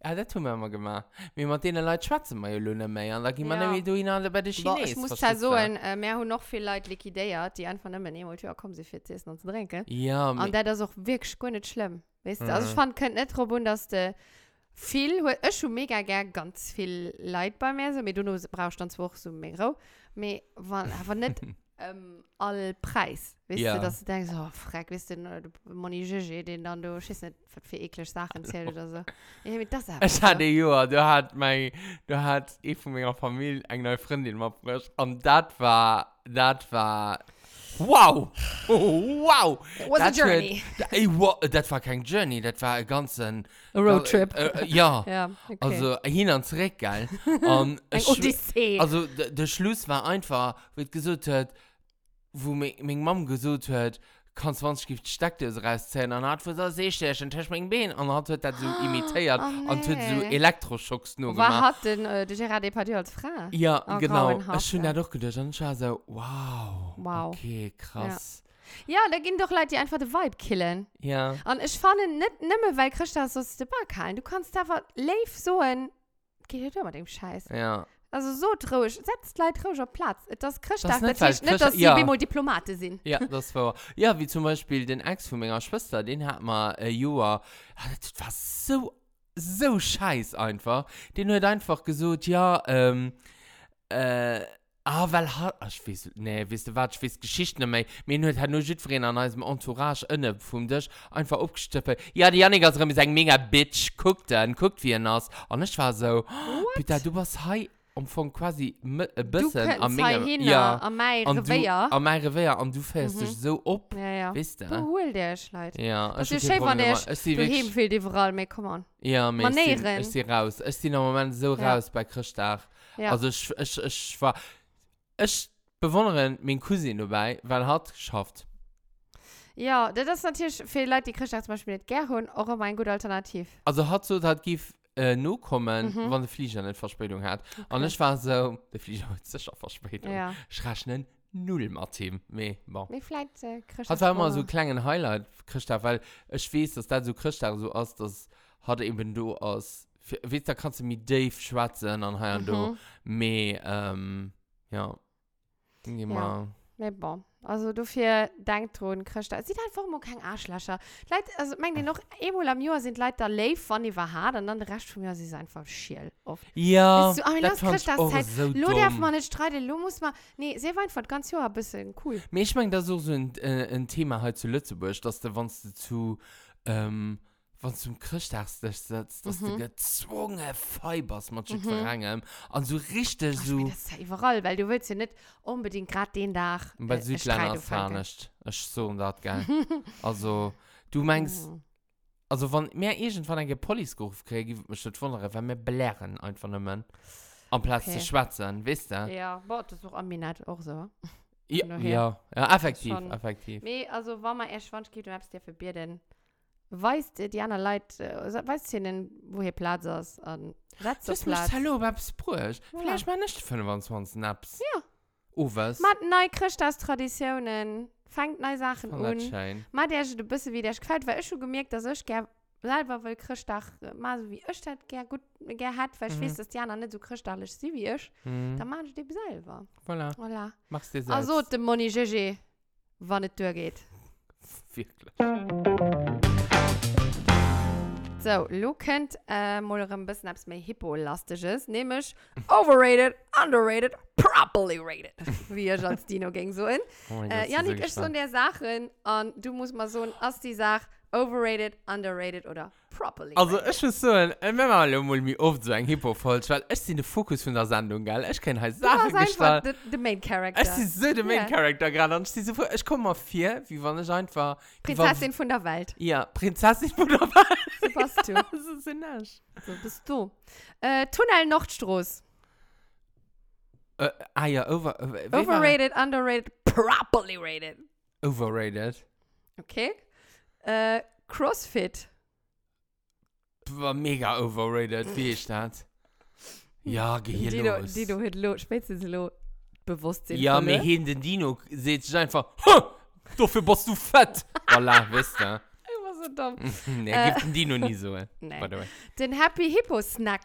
Ja, das tun wir immer gemacht. Wir mit denen Leuten schwätzen wir ja nicht mehr. Und da gehen wir Ja. nicht wie du bei den Boah, Chinesen. ich muss ja so, mehr haben noch viele Leute liquidiert, die einfach nicht mehr nehmen, ja, kommen sie für zu essen und zu trinken. Ja, Und das ist auch wirklich gar nicht schlimm. Weißt du? Also ich fand, könnte nicht darum, dass du viel, ich schon mega gern ganz viel Leute bei mir, so, aber du brauchst dann zwar auch so mega, aber nicht all Preis. Weißt Ja. du, dass du denkst, oh, frag, weißt du, Moni Gigi, den dann du, schießt nicht für eklige Sachen zählt oder so. Ich habe das auch. Ich hatte ja, du hat von meiner Familie eine neue Freundin mitgebracht. Und das war, wow! Wow! It was a journey. Das war kein Journey, das war ein ganzer Roadtrip. Ja. Ja, okay. Also hin und zurück, gell? Und Ein Odyssee. Also der Schluss war einfach, wie gesagt hat, wo meine Mom gesagt hat, kannst 20 Gift Steckdose rausziehen und hat gesagt, sehe ich und hast mein Bein und hat das so imitiert und hat so Elektroschocks nur Was gemacht. hat denn der Gerard Depardieu als Frau? Ja, Oh, genau. grauenhaft, Ich schon ja. da doch gedacht und ich war so, wow. Wow. Okay, krass. Ja, da gehen doch Leute, die einfach den Vibe killen. Ja. Und ich fand nicht mehr, weil Christoph so den Bar kann. Du kannst einfach live so ein... Geht ja mit dem Scheiß. Ja. Also so traurig. Setzt Leute traurig auf Platz. Das Christoph, Das ist nicht, das ist weil nicht, dass sie ja. bemol Diplomate sind. Ja, das war. Ja, wie zum Beispiel den Ex von meiner Schwester, den hat man Joa. Das war so scheiß einfach. Den hat einfach gesagt, ja, weil hat. Ich weiß, nee, wisst ihr was, ich weiß Geschichten nicht mehr. Mir hat nur Jütfried an diesem Entourage inne von dich einfach aufgestüppelt. Ja, die Janik ist mir sagen, mega Bitch, guckt wie er nass. Und ich war so, Peter, du warst high. Von quasi ein bisschen am mein Revier und du fährst dich so ab, ja. weißt du? Behol dich, Leute. Ja, Das ist schön, wenn du hinfällt überall, aber come on. Ja, Manieren. ich sehe raus. Ich sehe im Moment so raus bei Christoph. Ja. Also ich bewundere meine Cousine dabei, weil er hat geschafft. Ja, das ist natürlich für Leute, die Christoph zum Beispiel nicht gerne haben, auch immer ein guter Alternativ. Also hat so, das gibt nur kommen, wenn der Flieger nicht Verspätung hat. Okay. Und ich war so, der Flieger hat sicher Verspätung. Ja. Ich rechne null mit ihm. Bon. Wie vielleicht Christoph. Hat war immer so ein kleiner Highlight, Christoph, weil ich weiß, dass das so Christoph so ist, das hat eben du aus, weißt du, da kannst du mit Dave schwatzen und hier und du mehr, ja, immer. Ja, bon. Also dafür denkt dran, Christoph. Sieht einfach mal kein Arschlöcher. Leute, also meine ich noch, einmal am Jahr sind Leute da live, wenn die war hart und dann der Rest von mir ist einfach schiel. Ja, du, das fand ich auch so Lo dumm. darf man nicht streiten, lo muss man, nee, sehr weit von ganz Jahr ein bisschen cool. Ich meine, das ist auch so ein Thema halt zu Lützeburg, dass du, wenn du zu, wenn du zum Christoph sitzt, dass du gezwungen Fibers mit sich verhängen und so richtig Ach, so. ich mein, das ist ja überall, weil du willst ja nicht unbedingt gerade den Tag Bei Südländern ist es nicht. Ich so und das, gell. Also, du meinst, also wenn wir irgendwann eine Police-Geruf kriegen, würde mich das wundern, wenn wir blären einfach nicht mehr. Am Platz zu schwatzen, weißt du? Ja, boah, das ist auch am Minat auch so. Ja, effektiv, Schon. effektiv. Nee, also wenn man erst schwanz geht, du hast dir für Bier denn. Weißt du, die anderen Leute, weißt du denn, wo hier Platz ist? Setz Das auf Platz. Hallo, Babs Brüch. Vielleicht mal nicht 25 Naps. Ja. Oh, was? Mit neuen Christus-Traditionen. Fängt neue Sachen Oh, das an. schön. Mal der ein bisschen wie der gefällt, weil ich schon gemerkt, dass ich gerne selber will Christach mal so wie ich das gerne gut gerne hat, weil ich weiß, dass die anderen nicht so christlich sind wie ich. Dann mache ich das selber. Voilà. Machst du selbst. Also, der Moni GG, wann es durchgeht. Wirklich. So, du könnt mal ein bisschen etwas mehr Hippo-lastiges, nämlich overrated, underrated, properly rated. Wie ich als Dino ging so in. Oh mein Gott, Janik, so ich so in der Sache und du musst mal so als die Sache overrated, underrated oder properly Also, rated. ich muss so, wenn man mal mir oft so ein Hippo falsch, weil ich bin der Fokus von der Sendung, gell? Ich kann halt Du warst Sachen einfach gestalten. der Main Character. Ich bin so der Main Ja. Character gerade und ich komme auf 4, wie wenn ich einfach. Prinzessin von der Welt. Ja, Prinzessin von der Welt. So passt du. Das ist so nice. So bist du. Tunnel Nordstoß. Ja, Overrated, underrated, properly rated. Overrated. Okay. CrossFit. War mega overrated, wie ich das? Ja, geh hier los. Dino hat spätestens Bewusstsein. Ja, mir hinten den Dino seht sich einfach, dafür bist du fett. Voilà, wisst ihr. Ich war so dumm. Nee, gibt die noch nie so. Nee. By the way. Den Happy Hippo Snack.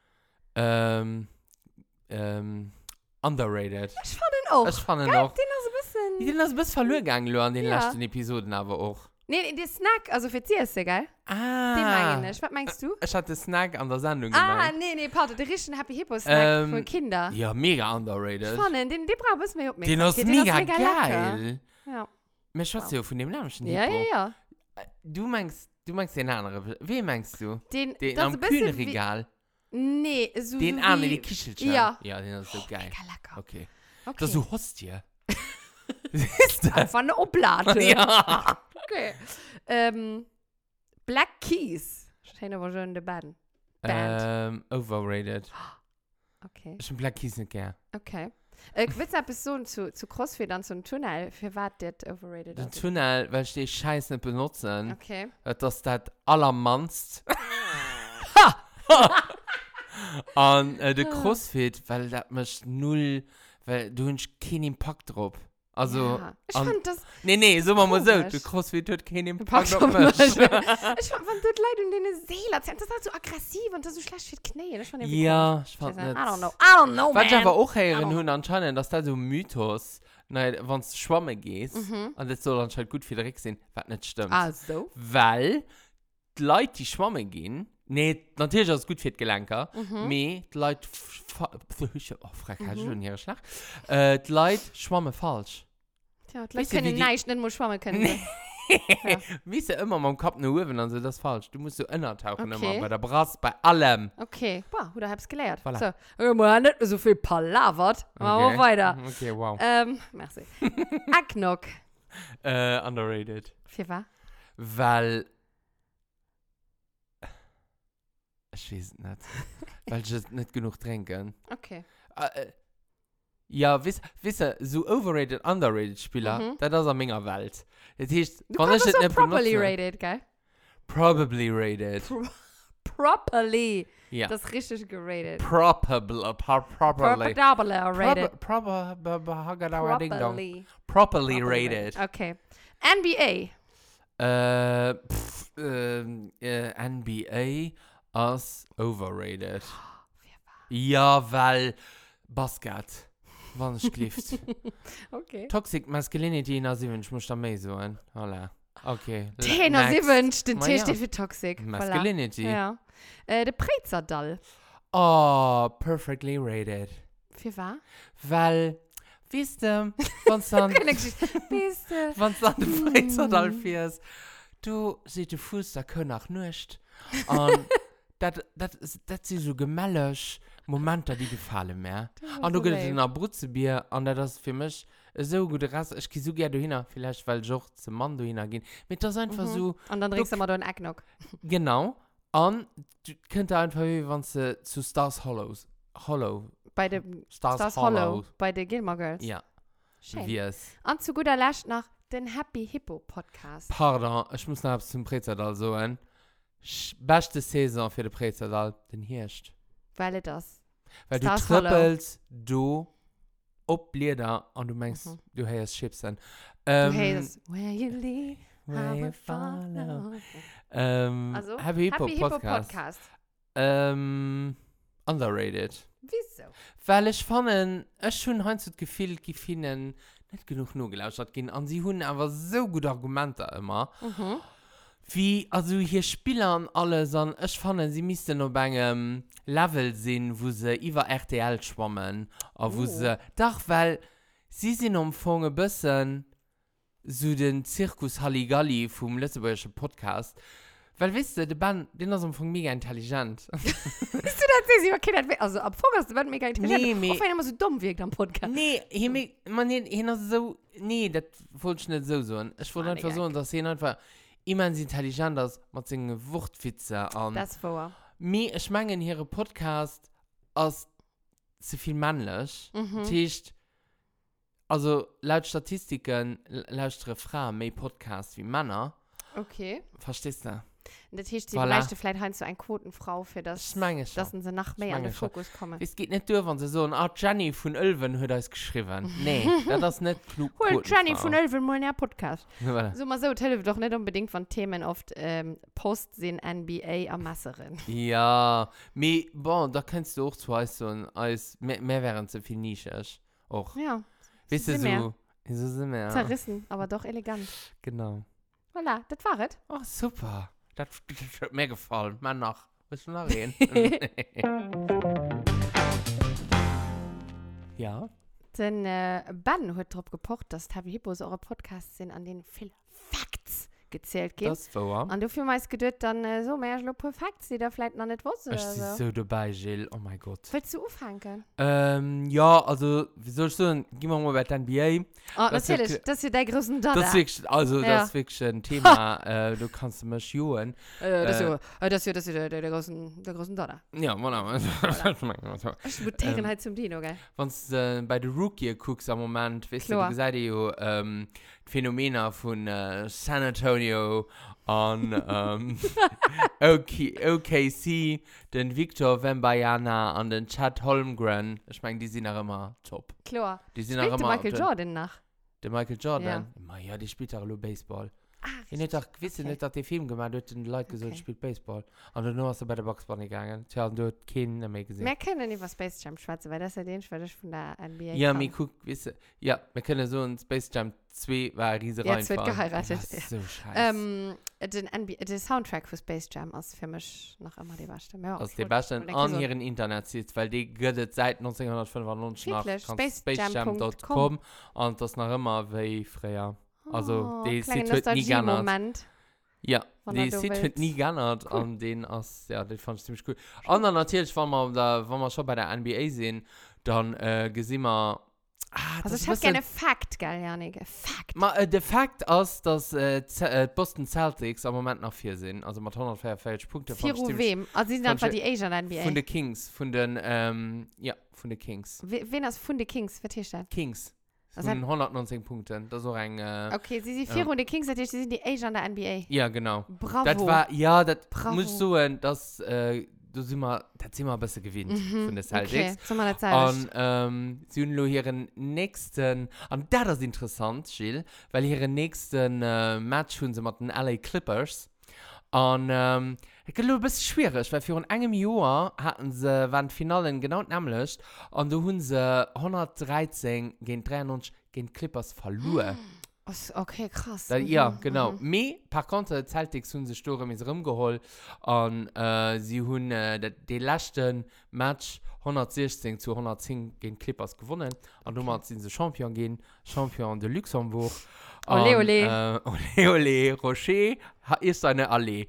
Underrated. Ich fand ihn auch. Ich fand ihn Geil, auch. den ist ein bisschen... Den hast du bis verloren gegangen, an den Ja. letzten Episoden aber auch. Nee, der Snack, also für CSC, gell? Ah. Den meine ich. Was meinst du? Ich hatte Snack an der Sendung Ah, gemeint. nee, pardon, der richtige Happy Hippo Snack für Kinder. Ja, mega underrated. Ich fand ihn, den braucht es mir Den ist mega geil. Lecker. Ja. Mir schaut ja von dem Namen schon Ja, ja, ja. Du meinst den anderen. Wen meinst du? Den Den das am ist ein bisschen wie- Kühlregal. Nee, so Den wie... anderen, die Kichelchen. Ja. Ja, den ist so geil. Mega lecker. Okay. Okay. Das ist so Hostie. Siehst du? Von der Oblate. Ja. Okay. Black Keys. Schön, aber schon in der Band. Overrated. Okay. Ich bin Black Keys nicht gern. Okay. Willst du etwas so zu CrossFit und so ein Tunnel? Für was das overrated Den ist? Tunnel, weil ich den Scheiß nicht benutzen, Okay. dass das allermannst. Und der CrossFit, weil das mich null, weil du hast keinen Impact drauf. Also, Ja. Ich fand das... nee, so machen wir so. Komisch. Der CrossFit hat keinen Pack Impact schon auf mal. mich. Ich fand das Leute und deine Seele, das ist halt so aggressiv und das ist so schlecht für die Knie. Das fand ich Ja, ich komisch. fand nicht. I don't know, Was ich man. aber auch I hören don't hun anscheinend, dass da so ein Mythos, wenn du schwammen gehst, und das soll anscheinend gut für den Rick sein, was nicht stimmt. Also. Weil die Leute, die schwammen gehen, nee, natürlich ist es gut für die Gelenke, aber die Leute, oh, frag, ich schon hier schlecht, die Leute schwammen falsch. Ja, die Weißt Leute du, wie können die- nicht mal schwammen können. Nee. Ja. Wie ist ja immer mit dem Kopf nur Uwen, also das ist falsch. Du musst so innertauchen Okay. immer, bei der Brass, bei allem. Okay. Boah, oder hab's gelernt. Voilà. So. Wir haben nicht so viel palavert. Machen wir weiter. Okay, wow. Merci. Acknock. Underrated. Für was? Weil. Ich weiß es nicht. Weil ich jetzt nicht genug trinken. Okay. Ja, wisst ihr, so overrated, underrated Spieler, das ist eine Menge Welt. Das heißt, Du kannst das auch properly rated, gell? Probably rated. Properly. Ja. Das ist richtig gerated. Properly. Properly rated. Properly Properly. rated. Okay. NBA. NBA als overrated. Ja, weil Basket. Wann ich klift. Okay. Toxic Masculinity in 7, ich muss da mehr so ein. Voilà. Okay. Tena Next. 7, den Ma T ja. steht für Toxic. Masculinity. Voilà. Ja. Der Prezerdall. Oh, perfectly rated. Für was? Weil, wisst ihr, wenn's dann, Bist du? wenn's dann der Freizeital fährst, du siehst den Fuß, da können auch nicht. Und das sind so gemellisch Momente, die gefallen mir. Und du gehst in ein Brutzebier und das ist für mich so gut Rest. Ich gehe so gerne dahin, vielleicht weil ich auch zum Mann dahin gehe. Mit das einfach so. Und dann trinkst du mal da einen Ecknock. Genau. Und du könntest einfach, wenn du zu Stars Hollow. Bei dem Stars Hollow. Hollow. Bei den Gilmore Girls. Ja. Schön. Wie es. Und zu guter Letzt noch den Happy Hippo Podcast. Pardon, ich muss noch zum Prezadal sagen. Beste Saison für den Prezadal, den Hirsch. Weil das. Weil Stars du trippelst, du ob Lieder und du meinst, du hörst Chips an. Du hörst Where You Leave, Where I You Will Follow. Follow. Also, Happy Hippo Happy Hippo Podcast. Podcast. Underrated. Wieso? Weil ich fand, ich schon heute das Gefühl, die finden nicht genug nur gelauscht hat gehen. Und sie haben aber so gute Argumente immer. Wie, also hier Spielern alles an, ich fand, sie müssten noch bei einem Level sehen, wo sie über RTL schwammen. Oder wo sie, doch, weil sie sind umfangen ein bisschen so den Zirkus Halligalli vom Lützeburgischen Podcast. Weil, wisst ihr, der Band, den ist umfangen mega intelligent. Siehst du, das ist okay, also ab Vorgang ist der Band mega intelligent. Nee, Auf einmal so dumm wirkt am Podcast. Nee, hier ist so, nee, das wollte ich nicht so sagen. Ich wollte einfach so, dass hier einfach immens intelligent ist mit seinen Wortwitzen an. Das vor. Ich meine, ihre Podcast ist zu viel männlich. Das heißt, also laut Statistiken lauscht Frauen mehr Podcasts wie Männer. Okay. Verstehst du? Und das heißt, sie Voilà. bräuchte vielleicht halt so eine Quotenfrau für das, Ich meine schon. dass sie noch mehr an den meine schon. Fokus kommen. Es geht nicht durch, wenn sie so eine Art Jenny von Ölven hat das geschrieben. Nee, das ist nicht klug. Hol Jenny von Ölven mal in der Podcast. Voilà. So mal so, hilft doch nicht unbedingt, wenn Themen oft Post sind NBA am Masserin. Ja, aber bon, da kannst du auch zwei so als mehr wären zu viel nischig. Auch. Ja. Weißt du, so sind wir. Zerrissen, aber doch elegant. Genau. Voilà, das war es. Oh, super. Das hat mir gefallen. Mann, noch. Willst du noch reden? Ja. Den Ben hat darauf gepocht, dass Tabi Hippos eure Podcasts sind, an denen viel Facts gezählt gibt. Das war. Und du für meist gedacht, dann so mehr ein Facts, die da vielleicht noch nicht wussten. Ich bin so dabei, Jill. Oh mein Gott. Willst du aufhängen? Ja, also, wie soll ich sagen, gehen wir mal bei der NBA. Oh, Das ist natürlich, okay. das ist ja der größte Dada. Das ist wirklich, also, Ja. das ist wirklich ein Thema, du kannst mich juhen. Das ist ja der größte Dada. Ja, voilà. Ich mutieren halt zum Dino, gell? Wenn du bei der Rookie guckst am Moment, weißt du, Klar. du gesagt ja, Phänomene von San Antonio und OKC, den Victor Wembanyama und den Chad Holmgren, ich meine, die sind auch immer top. Klar. Die sind Spielt auch der immer Michael Jordan nach? Der Michael Jordan? Ja, die spielt auch nur Baseball. Ich nicht wusste nicht, dass der Film gemacht hat, und die Leute gesagt, spielt Baseball. Und dann hast du bei der Boxbahn gegangen. Sie haben dort keinen mehr gesehen. Wir können nicht über Space Jam schwätzen, weil das ist ja den Schwedisch von der NBA. Ja, mir guck, weißt du, ja, wir können so ein Space Jam 2 war ein riesiger Jetzt wird geheiratet. Das ist so scheiße. Der Soundtrack für Space Jam ist für mich noch immer die beste. Ja, Also die besten an ihren Internet sieht, weil die geht seit 1995 nach Wirklich? spacejam.com und das noch immer wie früher. Also die kleine sieht wird nie geändert. Moment. Ja, Wenn die du sieht willst. wird nie geändert an den als, ja, das fand ich ziemlich cool. Und dann natürlich, wenn wir schon bei der NBA sehen, dann gesehen wir, Also ich habe gerne Fakt, gell, Janik? Fakt. Der Fakt ist, dass Boston Celtics am Moment noch 4 sind. Also mit 144 Punkte. Vier wem? Also sie sind einfach die Asian NBA. Von den Kings. Von den Kings. Wen ist von den Kings? Was ist das? Kings. Was Von 119 Punkten. Das ist auch ein... Okay, sie sind 4 und die Kings, das heißt, sie sind die Asian der NBA. Ja, genau. Bravo. Das war, ja, das Bravo. muss so sein, dass das sind wir ein bisschen gewinnt von den Celtics. Okay, so mal das Zeit. Und sie haben ihren nächsten, und das ist interessant, Jill, weil ihren nächsten Match haben sie mit den LA Clippers. Und ich glaube, ein bisschen schwierig, weil für einem Jahr hatten sie, waren Finalen genau nämlich, und da haben sie 113 gegen 93 gegen Clippers verloren. Okay, krass. Ja, genau. Aber, par contre, die Celtics haben sich da rumgeholt und sie haben den letzten Match 116 zu 110 gegen Clippers gewonnen. Und damit sind sie Champion de Luxemburg. Ole, ole. Ole, ole, Rocher ist eine Allee.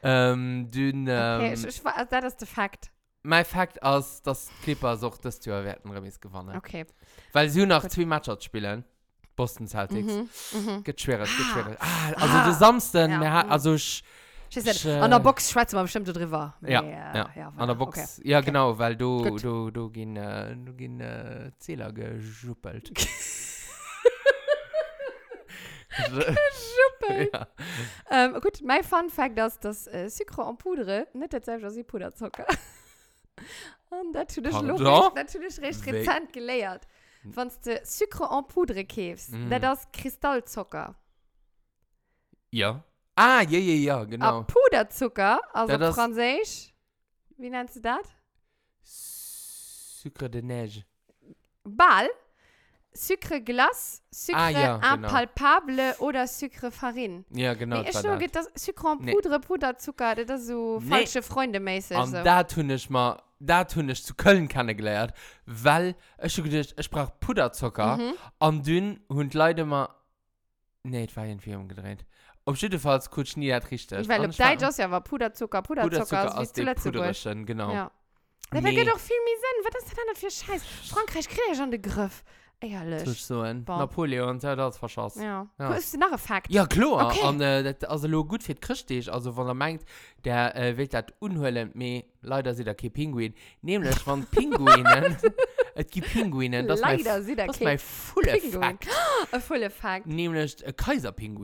Okay, das ist der Fakt. Mein Fakt ist, dass Clippers auch das Jahr werden Remis gewonnen. Okay. Weil sie noch 2 Matches spielen. Boston Celtics. Geht schwerer. Also der Samstag, also An der Box schwätzen wir bestimmt drüber. Ja, an der Box. Okay. Ja, genau, weil du gehen Zähler geschuppelt. Geschuppelt? Ja. Gut, mein Fun Fact ist, dass Sucre en Poudre nicht dasselbe als die Puderzucker. Und das tut natürlich recht rezent gelehrt. Wenn du Sucre en Poudre kaufst, das ist Kristallzucker. Ja. Ja, genau. Puderzucker, also das Französisch, wie nennst du das? Sucre de neige. Ball, Sucre glace, Sucre genau. impalpable oder Sucre farine. Ja, genau. Nee, ich sage, das Sucre en Poudre, Puderzucker, das ist so falsche Freunde mäßig. Und so. da tun ich zu Köln kennengelernt, weil ich gedacht, ich brauche Puderzucker und dann und Leute mal, nee, es war irgendwie umgedreht. Auf jeden Fall kurz nie das richtig. Weil auf Deutsch ist ja aber Puderzucker aus dem Puderischen, genau. Ja. Da geht doch viel mehr Sinn. Was ist das denn für Scheiß? Frankreich kriegt ja schon den Griff. Ehrlich. So ein Napoleon, der hat das verschossen. Ja. Ist noch ein Fakt? Ja, klar. Okay. Und also gut für Christlich, also wenn er meint, der will das unhöhlen, aber leider sind da keine Pinguine. Nämlich, wenn Pinguinen, es gibt Pinguinen, das ist mein voller Fakt. Ein voller Fakt. Nämlich ein Kaiserpinguin.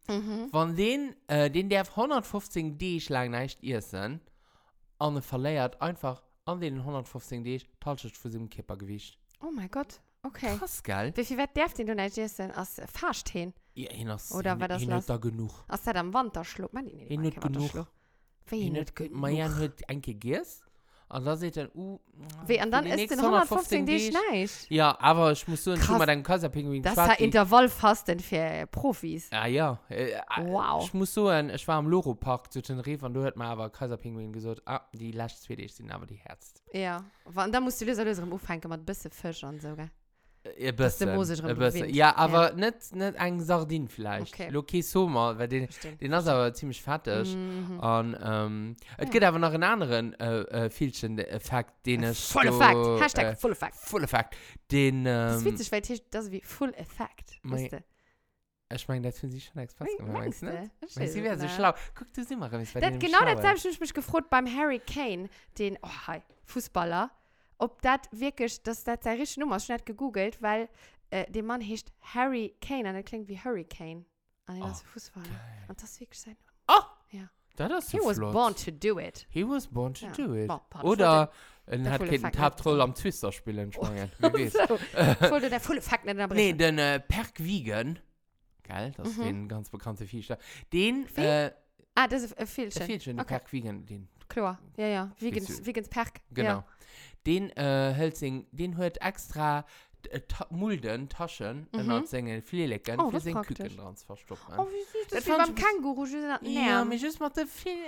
Von den darf 115 D lang nicht essen und er verliert einfach an den 115 D falsch für seinem Körpergewicht. Oh mein Gott, okay. Krass, geil. Wie viel Wert darf den du nicht essen als Fahrstehen? Ja, Oder war das da genug. Als er am Wanderschluck? Man, nee, Ihn nicht genug. Wie nicht genug? Man hat ein gegessen und da sieht dann, Wie, und dann ist den 115 D nicht. Ja, aber ich muss so Krass. schon mal deinen Kaiserpinguin Das ist ja Intervallfasten für Profis. Ja. Wow. Ich muss so, ich war am Loro-Park zu Tenerife und du hast mir aber Kaiserpinguin gesagt, die letzten 2 D sind aber die Herz. Ja, und dann musst du lösen aufhängen mit ein bisschen Fisch und so, gell? Ein Dass der bisschen, Mose drin ein bisschen. gewinnt. Ja, aber nicht ein Sardin vielleicht. Okay. Okay, so mal, weil den ist aber ziemlich fettig. Mhm. Und es gibt aber noch einen anderen vielchen Effekt, den ich Full Effect. Hashtag Full Effect. Full Effect. Den, Das ist witzig, weil das ist wie Full Effect. Weißt du? Ich meine, das finde ich schon extra gemacht. Meinst du? Weißt du, wer so schlau? Guck, du siehst mal, wie es bei denen Genau schlau das habe ist. ich mich gefragt beim Harry Kane, den Fußballer, ob das wirklich, das seine richtige Nummer, ich habe nicht gegoogelt, weil der Mann heißt Harry Kane und er klingt wie Hurricane. Und er ist Fußballer. geil. Und das ist wirklich sein Name. Oh! Ja. Das ist He so was flott. born to do it. He was born to Ja. do it. Bon, pardon, Oder der er hat Full keinen Effect Hauptrolle nicht. am Twister spielen. Ich meine, wie weiß. So, ich wollte der Full Effect nicht Nee, unterbrechen. den Perk Wiegen. Geil, das ist ein ganz bekannter Fischer. Den, Das ist ein Filchen. Filchen, Okay. Perk Wiegen, den. Klar, ja. Spitze. Wiegans Perk. Genau. Ja. Den Hölzing, den hat extra Mulden, Taschen, und hat seine Flielecken Oh, für das seinen praktisch. Küken dran verstopfen. Oh, wie süß. Das Das ist wie fand beim ich- Känguru. Ja, mir just mal der viel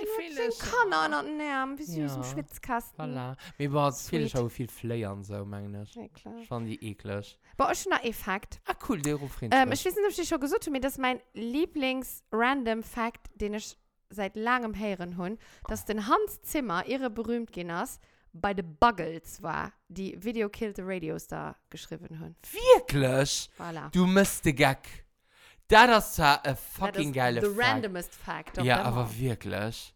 Kann er nicht nehmen. Wie süß Ja. im Schwitzkasten. Voilà. Mir war viele Sweet. schon viel Flyer und so, meine ich. Ja, klar. Ich fand die eklig. Bei euch schon ein Effekt. Cool, der ruft Ich weiß nicht, ob ich dir schon gesagt habe, das ist mein Lieblings-Random-Fact, den ich seit langem hören habe, dass den Hans Zimmer, ihre berühmt Guinness, bei den Buggles war, die Video Killed the Radio Star geschrieben haben. Wirklich? Voilà. Du müsste Gag. Das ist ja ein fucking geile The Fact. randomest Fact. of Ja, them aber all. wirklich?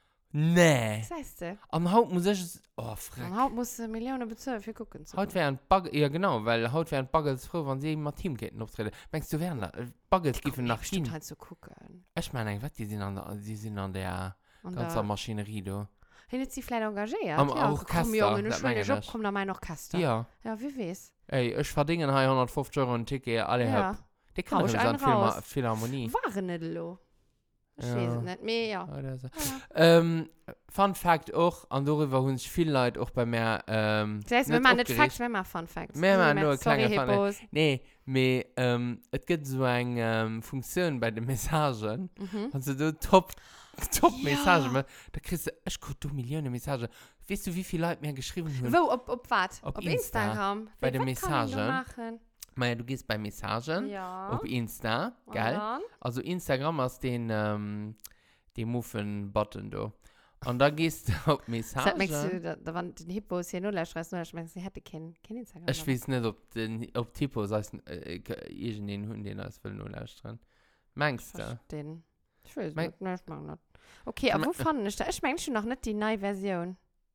Nee. Was heißt du? Am Haut muss ich... Oh, Am frag. Haut muss Millionen bezahlen für gucken zu Haut wären Buggles... Ja, genau, weil Haut wären Buggles froh, wenn sie immer Teamketten auftreten. Meinst du, wären da... Buggles geben nach Bestimmt China? halt zu gucken. Ich meine, was? Die sind an der Und ganzen Maschinerie, du. Haben sie vielleicht engagiert? Am ja, Orchester, komm, Junge, das ich will meine nicht Job, ich. komm da mein Orchester. Ja. Ja, wie weiß. Ey, ich verdiene 150 € ein Ticket, alle Ja. hab. Die kann Hau doch ich nicht einen an raus. Philharmonie. Waren nicht lo. Ich Ja. weiß es nicht mehr, ja. Oder so. Ja. Fun Fact auch, und darüber haben sich viele Leute auch bei mir Das heißt, wir machen nicht Facts, wir machen Fun Facts. Wir machen nur Sorry, kleine Fun Hippos. Nee, aber es gibt so eine Funktion bei den Messagen. Also du Top-Messagen. Ja. Da kriegst du, ich krieg du Millionen Messagen. Weißt du, wie viele Leute mir geschrieben haben? Wo, ob was? Auf Auf Insta. Instagram? Bei den Was kann ich noch Messagen. machen? Maja, du gehst bei Messagen Ja. auf Insta, Und geil. dann? Also Instagram hast den Muffen-Button da. Und da gehst du auf Sag, merkst du, Messagen. da waren die Hippos hier nur schreibst, nur schmeckst, sie hätte kein Instagram. Ich weiß nicht, ob Typos heißt, irgendeinen Hund, den als will nur dran. Meinst du? Den. Ich weiß Mein- nicht, nein, ich mag nicht. Okay, aber wo fand ich das? Ich meine schon noch nicht die neue Version.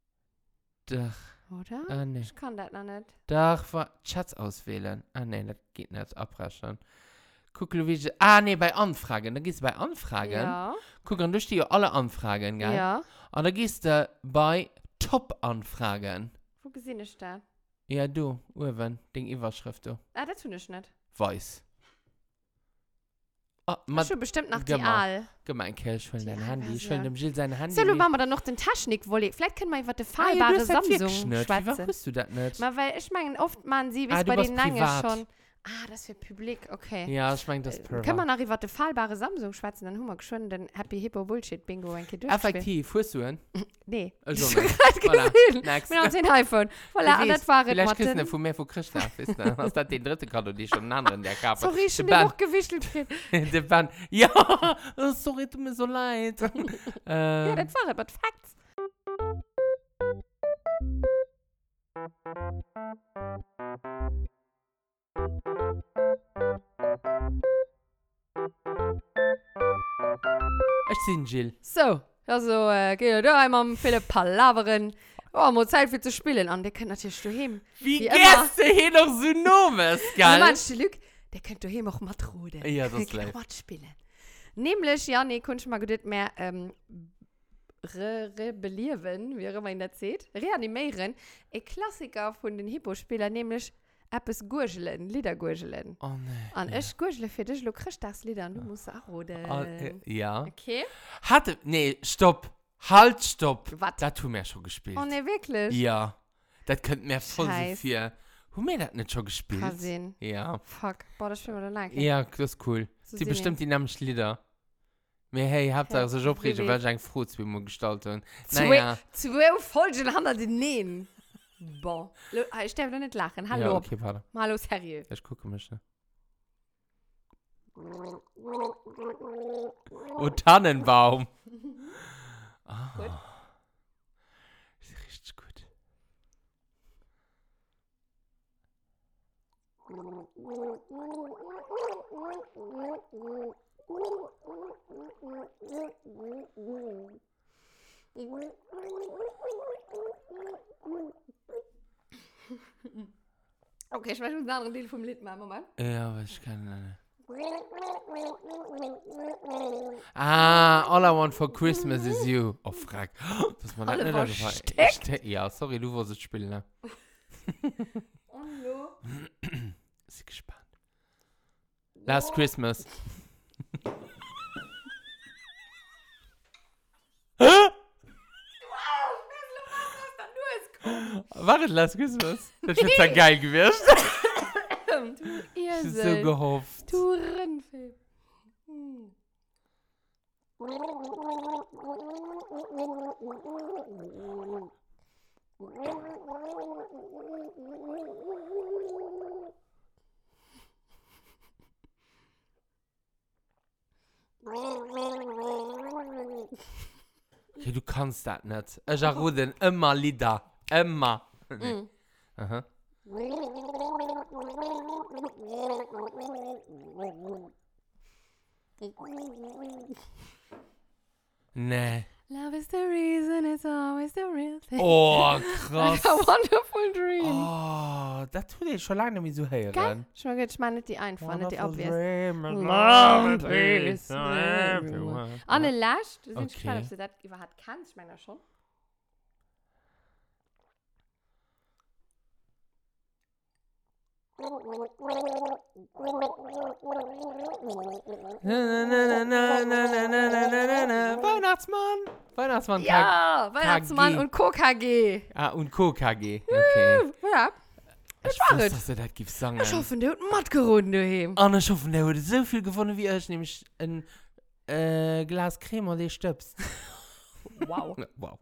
Doch, Oder? nee. Ich kann das noch nicht. Doch, Chats auswählen. Nee, das geht nicht, abbrechen. Guck, wie nee, bei Anfragen. Da gehst du bei Anfragen. Ja. Guck, dann durch die alle Anfragen, gell? Ja. Und da gehst du bei Top-Anfragen. Wo gesehen ist das? Ja, du, Uwen, den Überschrift, du. Ah, das tue ich nicht. Weiß. Ah, Mach schon bestimmt nach die Geh mal. Aal. Gemein, ich will Die dein Handy. Ich Version. will dem Gilles sein Handy. So, du machen wir dann noch den Technik-Volley. Vielleicht können wir über die ja, du fahrbare hast das wirklich Samsung nicht. Wie schwätzen. wusstest du das nicht? Mal, weil ich meine, oft man sie, wie Ah, es du bei warst den lange privat. schon. Ah, das für Publik, okay. Ja, ich meine, das ist Können wir noch über die fahrbare Samsung schwätzen, dann haben wir schon den Happy Hippo Bullshit Bingo ein bisschen Effektiv, hast du ihn? Nee. Also Ich nicht. hab gerade Voilà. gesehen. Next. Wir haben den iPhone. Voilà, und das war es. Vielleicht kriegst du Martin. nicht von mir von Christoph, weißt du? Das ist den dritten Kado, die schon einen anderen, der Körper. Sorry, ich Der bin dir Band. noch gewischelt. Der Band. Ja, oh, sorry, tut mir so leid. Ja, das war aber Facts. Ich bin Jill. So, also, geh da einmal viele Palaveren. Oh, mal Zeit für zu spielen. Und der kann natürlich daheim. Wie Wie immer. gehst du hier noch so Nomes, Ja, gell? manche Lüg, der könnte daheim auch Matrode. Ja, das ist Der kann live. auch Matt spielen. Nämlich, ja, nee, konnte ich mal gut mehr rebellieren, wie auch immer in der Zeit, reanimieren. Ein Klassiker von den Hippo-Spielern, nämlich etwas Gurgeln, Liedergurgeln. Oh nee. Und ich gurgele für dich, du kriegst das Lieder und du musst auch roden. Ja. Okay. Nee, stopp. Halt, stopp. Was? Das haben wir schon gespielt. Oh nee, wirklich? Ja. Das könnte mir voll so Scheiß. viel. Haben wir das nicht schon gespielt? Kann sehen. Ja. Fuck. Boah, das stimmt oder lang. Ja, das ist cool. So Die sehen bestimmt die nämlichen Lieder. Mir hey, habt ihr so Job wie reden, weil ich ein Frutz wie wir gestalten. Zwei Naja. Folgen haben die nehmen. Boah. Ich darf doch nicht lachen. Hallo. Ja, okay, pardon. Hallo, seriös. Ich gucke mich. Ne? Oh, Tannenbaum. Ah. Gut. Das ist richtig gut. Okay, ich weiß nicht, was andere Lied vom Lied machen. Moment. Ja, aber ich kann nicht. All I want for Christmas is you. Oh, frag. Das war Alle nicht war steckt. Ja, sorry, du wolltest spielen, ne? Hallo. Ist gespannt. Last Christmas. War es Last Christmas? Das ist ja geil gewesen. Ihr Ich seid so gehofft. du Rennfilm. Ja, du kannst das nicht. Ich habe immer Lieder. Immer. Nee. Aha. Nee. Love is the reason, it's always the real thing. Oh, krass. A wonderful dream. Oh, das tut ich schon lange nicht so hören. Geil. Ich meine nicht die einfach, nicht die obvious. Love Love is is for everyone. Anne Lasch, du sind Okay. gespannt, ob du das überhaupt kannst, ich meine schon. Weihnachtsmann. Weihnachtsmann. Ja, Weihnachtsmann KG. und KKG. Ah, und KKG. Okay. Ja, Ich war wusste, es. dass du das gibst sagen. ich hoffe, der hat matt geroden daheim. Und ich hoffe, der hat so viel gewonnen wie ich, nämlich ein Glas Creme und die stöpst. Wow. Wow.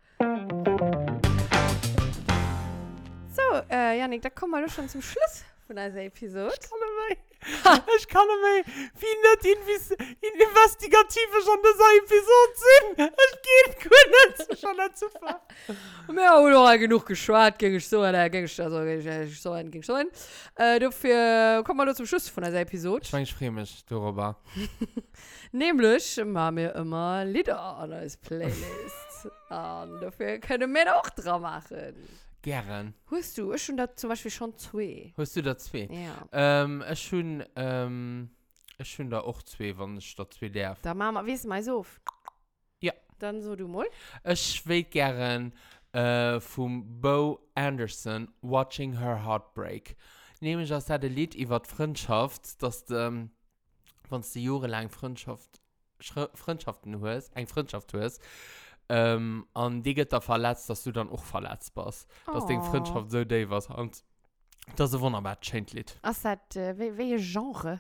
So, Janik, da kommen wir doch schon zum Schluss von dieser Episode. Ich kann nicht mehr, wie nicht investigative schon dieser Episode sind. Es geht gut nicht, schon dazu fahren. Wir haben noch genug geschwart, ging ich so hin. Dafür kommen wir noch zum Schluss von dieser Episode. Ich meine, ich freue mich darüber. Nämlich machen wir immer Lieder an als Playlist. Und dafür können wir auch dran machen. Gern. Hast du? Ich schon da zum Beispiel schon zwei. Hast du da zwei? Ja. Ich schon da auch zwei, wenn ich da zwei darf. Da machen wir, wie ist mal so? Ja. Dann so du mal. Ich will gern von Bo Anderson Watching Her Heartbreak. Nämlich das hat ein Lied über die Freundschaft, dass du, wenn du jahrelang Freundschaften hast, eine Freundschaft hast, und die geht da verletzt, dass du dann auch verletzt bist. Dass die Freundschaft so da was. Und das ist ein wunderbar schönes Lied. Was ist das, welches Genre?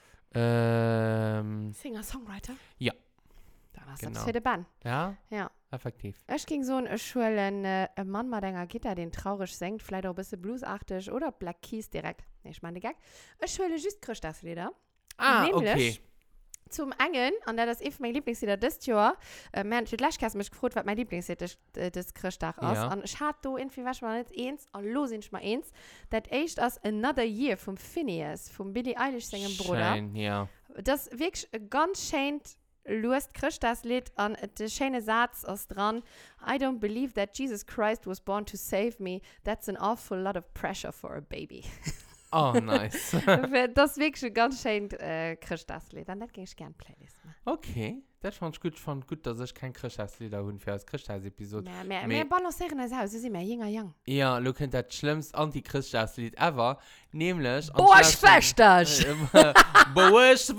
Singer-Songwriter? Ja. Dann ist Genau. das für die Band. Ja? Ja. Effektiv. Ich ging so in Schulen, ein Mann mit einer Gitarre, den traurig singt, vielleicht auch ein bisschen bluesartig oder Black Keys direkt. Nee, ich meine Gag. Ich schule just Christuslieder. Ah, Nämlich okay. zum Engen, und das ist mein Lieblingslieder das Jahr. Man hat gleich mich gefragt, was mein Lieblingslied des Christtag ist. Ja. Und ich hatte da irgendwie, was mal nicht eins, und los sind ich mal eins. Das echt ist Another Year vom Phineas, vom Billie Eilish singen Bruder. Schön, ja. Das ist wirklich ein ganz schön Lust Christuslied, und der schöne Satz ist dran. I don't believe that Jesus Christ was born to save me. That's an awful lot of pressure for a baby. Oh, nice. Das ist wirklich ein ganz schön Christlied. Dann gehe ich gerne Playlist machen. Okay, das fand ich gut. Ich fand gut, dass ich kein Christlied habe für als Christlied-Episode. Wir balancieren das aus, so sind wir jünger jung. Ja, du könnt das schlimmste Anti-Christlied ever, nämlich... Boah, ich feststach! Boah, ich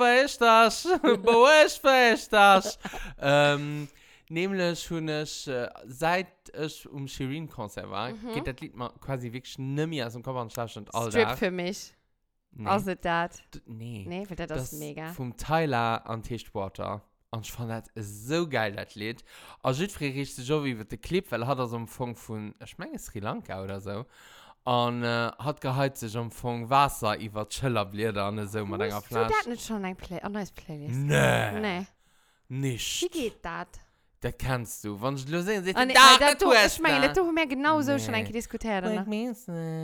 feststach! Nämlich schon ich, seit ich Shirin-Konzert war, geht das Lied mal quasi wirklich nicht mehr aus dem Kopf und Schlaf und all Strip das. für mich. Nee. Also das. Nee. Nee, weil das ist mega. Vom Tyler an Tischwater. Und ich fand das so geil, das Lied. Also ich frage richtig so, wie wird der Clip, weil er hat so einen Funk von, ich meine Sri Lanka oder so. Und hat geheizt sich am Funk Wasser über Chiller-Bläder und so mit einer Flasche. Hast du das nicht schon ein neues Playlist? Nee. Nee. Nicht. Wie geht das? Das kannst du. Wenn ich nur sehe, Ich meine, das haben wir genauso schon eigentlich diskutiert. Ja, natürlich.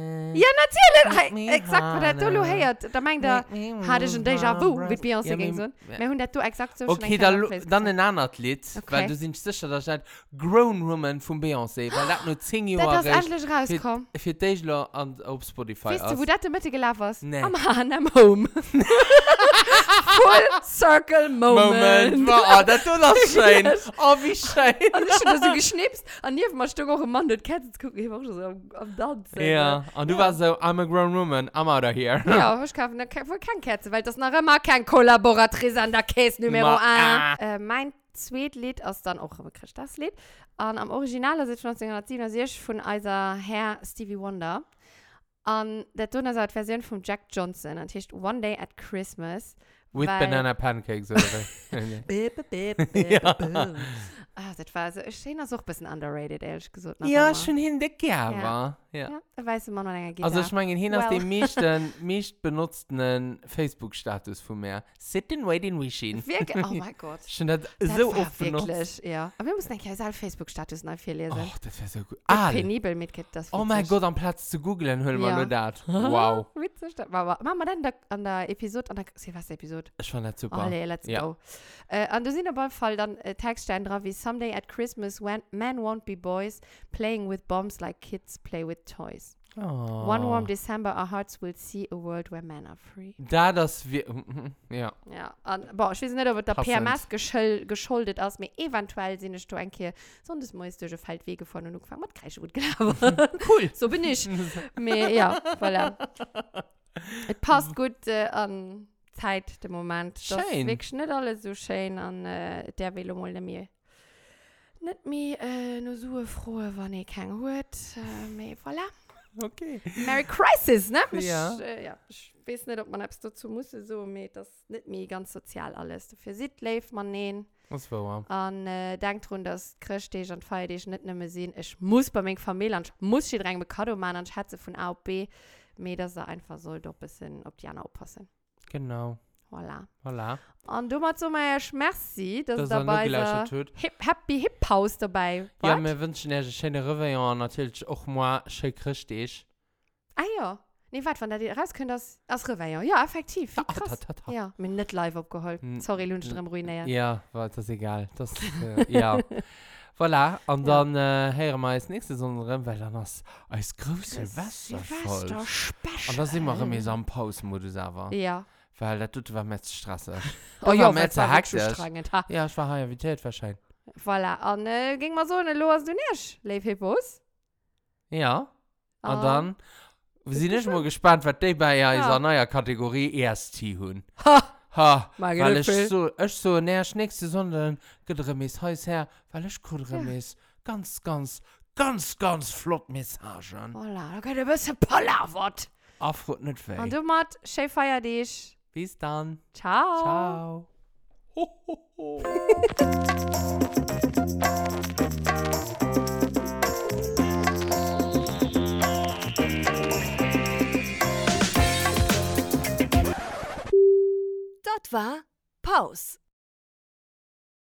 Exakt, was du hörst. Da meint er, hatte ich ein Déjà-vu mit Beyoncé gegen so. Wir haben das exakt so schon okay, dann ein anderes Lied, weil du sind sicher, dass das Grown Woman von Beyoncé, weil das nur 10 Jahre ist. Das ist endlich rausgekommen. Für dich auf Spotify. Weißt du, wo das mit gelaufen ist? Nee. Am Home. Full Circle Moment. Oh, das tut das schön. Oh, wie schön. Und ich habe so geschnipst. Und neben mir stand auch ein Mann, der Katze zu gucken. Ich war auch schon so am Tanzen. Ja, und du warst so, I'm a grown woman, I'm out of here. Ja, ich kaufe keine Katze, weil das noch immer kein Kollaboratrice an der Case Nummer 1. Mein zweites Lied ist dann auch ein das Lied. Und am Original ist es 1967 von unser Herr Stevie Wonder. Und der Ton ist eine Version von Jack Johnson. Und heißt One Day at Christmas. With Banana Pancakes, oder? Ah, das war so, ich finde das auch ein bisschen underrated, ehrlich gesagt. Ja, schon hin der Gerber. Ja, da weiß man noch länger geht. Also ich meine, hin auf dem meist benutzten Facebook-Status von mir. Sit and wait in wishing. Wirklich? Oh mein Gott. Schon das so oft benutzt. Wirklich, ja. Aber wir müssen eigentlich auch Facebook-Status neu viel lesen. Oh, das wäre so gut. Penibel mitgeht das. Oh mein Gott, am Platz zu googeln, hören wir nur das. Wow. Witzig. Machen wir dann an der Episode, an der Silvester-Episode. Ich fand das super. Alle, let's go. Und da sind aber im Fall dann Textstellen drauf wie Someday at Christmas when men won't be boys playing with bombs like kids play with toys. Oh. One warm December our hearts will see a world where men are free. Da das wir ja. Ja, und, boah, ich weiß nicht, ob der PMS geschuldet ist, aber eventuell sind ich da ein bisschen sonst muss durch Feldwege von und angefangen mit Kreische gelaufen. Cool. So bin ich. Ja, voilà. Es passt gut an Zeit, der Moment. Schön. Das ist wirklich nicht alles so schön an der will mal mir. Nicht mehr nur so froh, wenn ich keinen Hut. Voilà. Okay. Merry Crisis, ne? Ja. Ich weiß nicht, ob man etwas dazu muss, so, aber das ist nicht mehr ganz sozial alles. Dafür sieht, lebt man nicht. Das war warm. Und denkt daran, dass Christlich und Feiertag nicht mehr sehen. Ich muss bei meiner Familie, und ich muss sie dran mit Kado machen, und ich hätte von A auf B, mir dass er einfach soll doch ein bisschen auf die anderen aufpassen. Genau. Voilà. Und du machst so mal merci, dass du dabei bist. Happy Hip House dabei. Ja, wir wünschen dir eine schöne Reveillon und natürlich auch mal schön richtig. Ah ja. Nee, warte, wenn der raus können, das als Reveillon. Ja, effektiv. Wie krass. Ja, mir nicht live abgeholt. Sorry, Lundström ruiniert. Ja, das ist egal. Das, ja. Voilà, und dann hören wir als nächstes unseren, weil dann ist als große Wasser voll. Und dann sind wir immer so am Pause-Modus aber. Ja. Weil das tut was mit Straße. Oh ja, das war wirklich strengend. Ja, ich war Havität wahrscheinlich. Voilà, und ging mal so eine Los, du nicht, Leif Hippos. Ja, und dann, wir sind nicht mal gespannt, was die bei dieser neuen Kategorie erst tun. Ha, weil ich so nächste Sonntag gedreht heiß her, weil ich gedreht ganz flott Messagen. Voilà, da geht ein bisschen Pollerwort. Afrot nicht weh. Und du, Matt, schön feier dich. Bis dann. Ciao. Ciao. Ho, ho, ho. Das war Pause.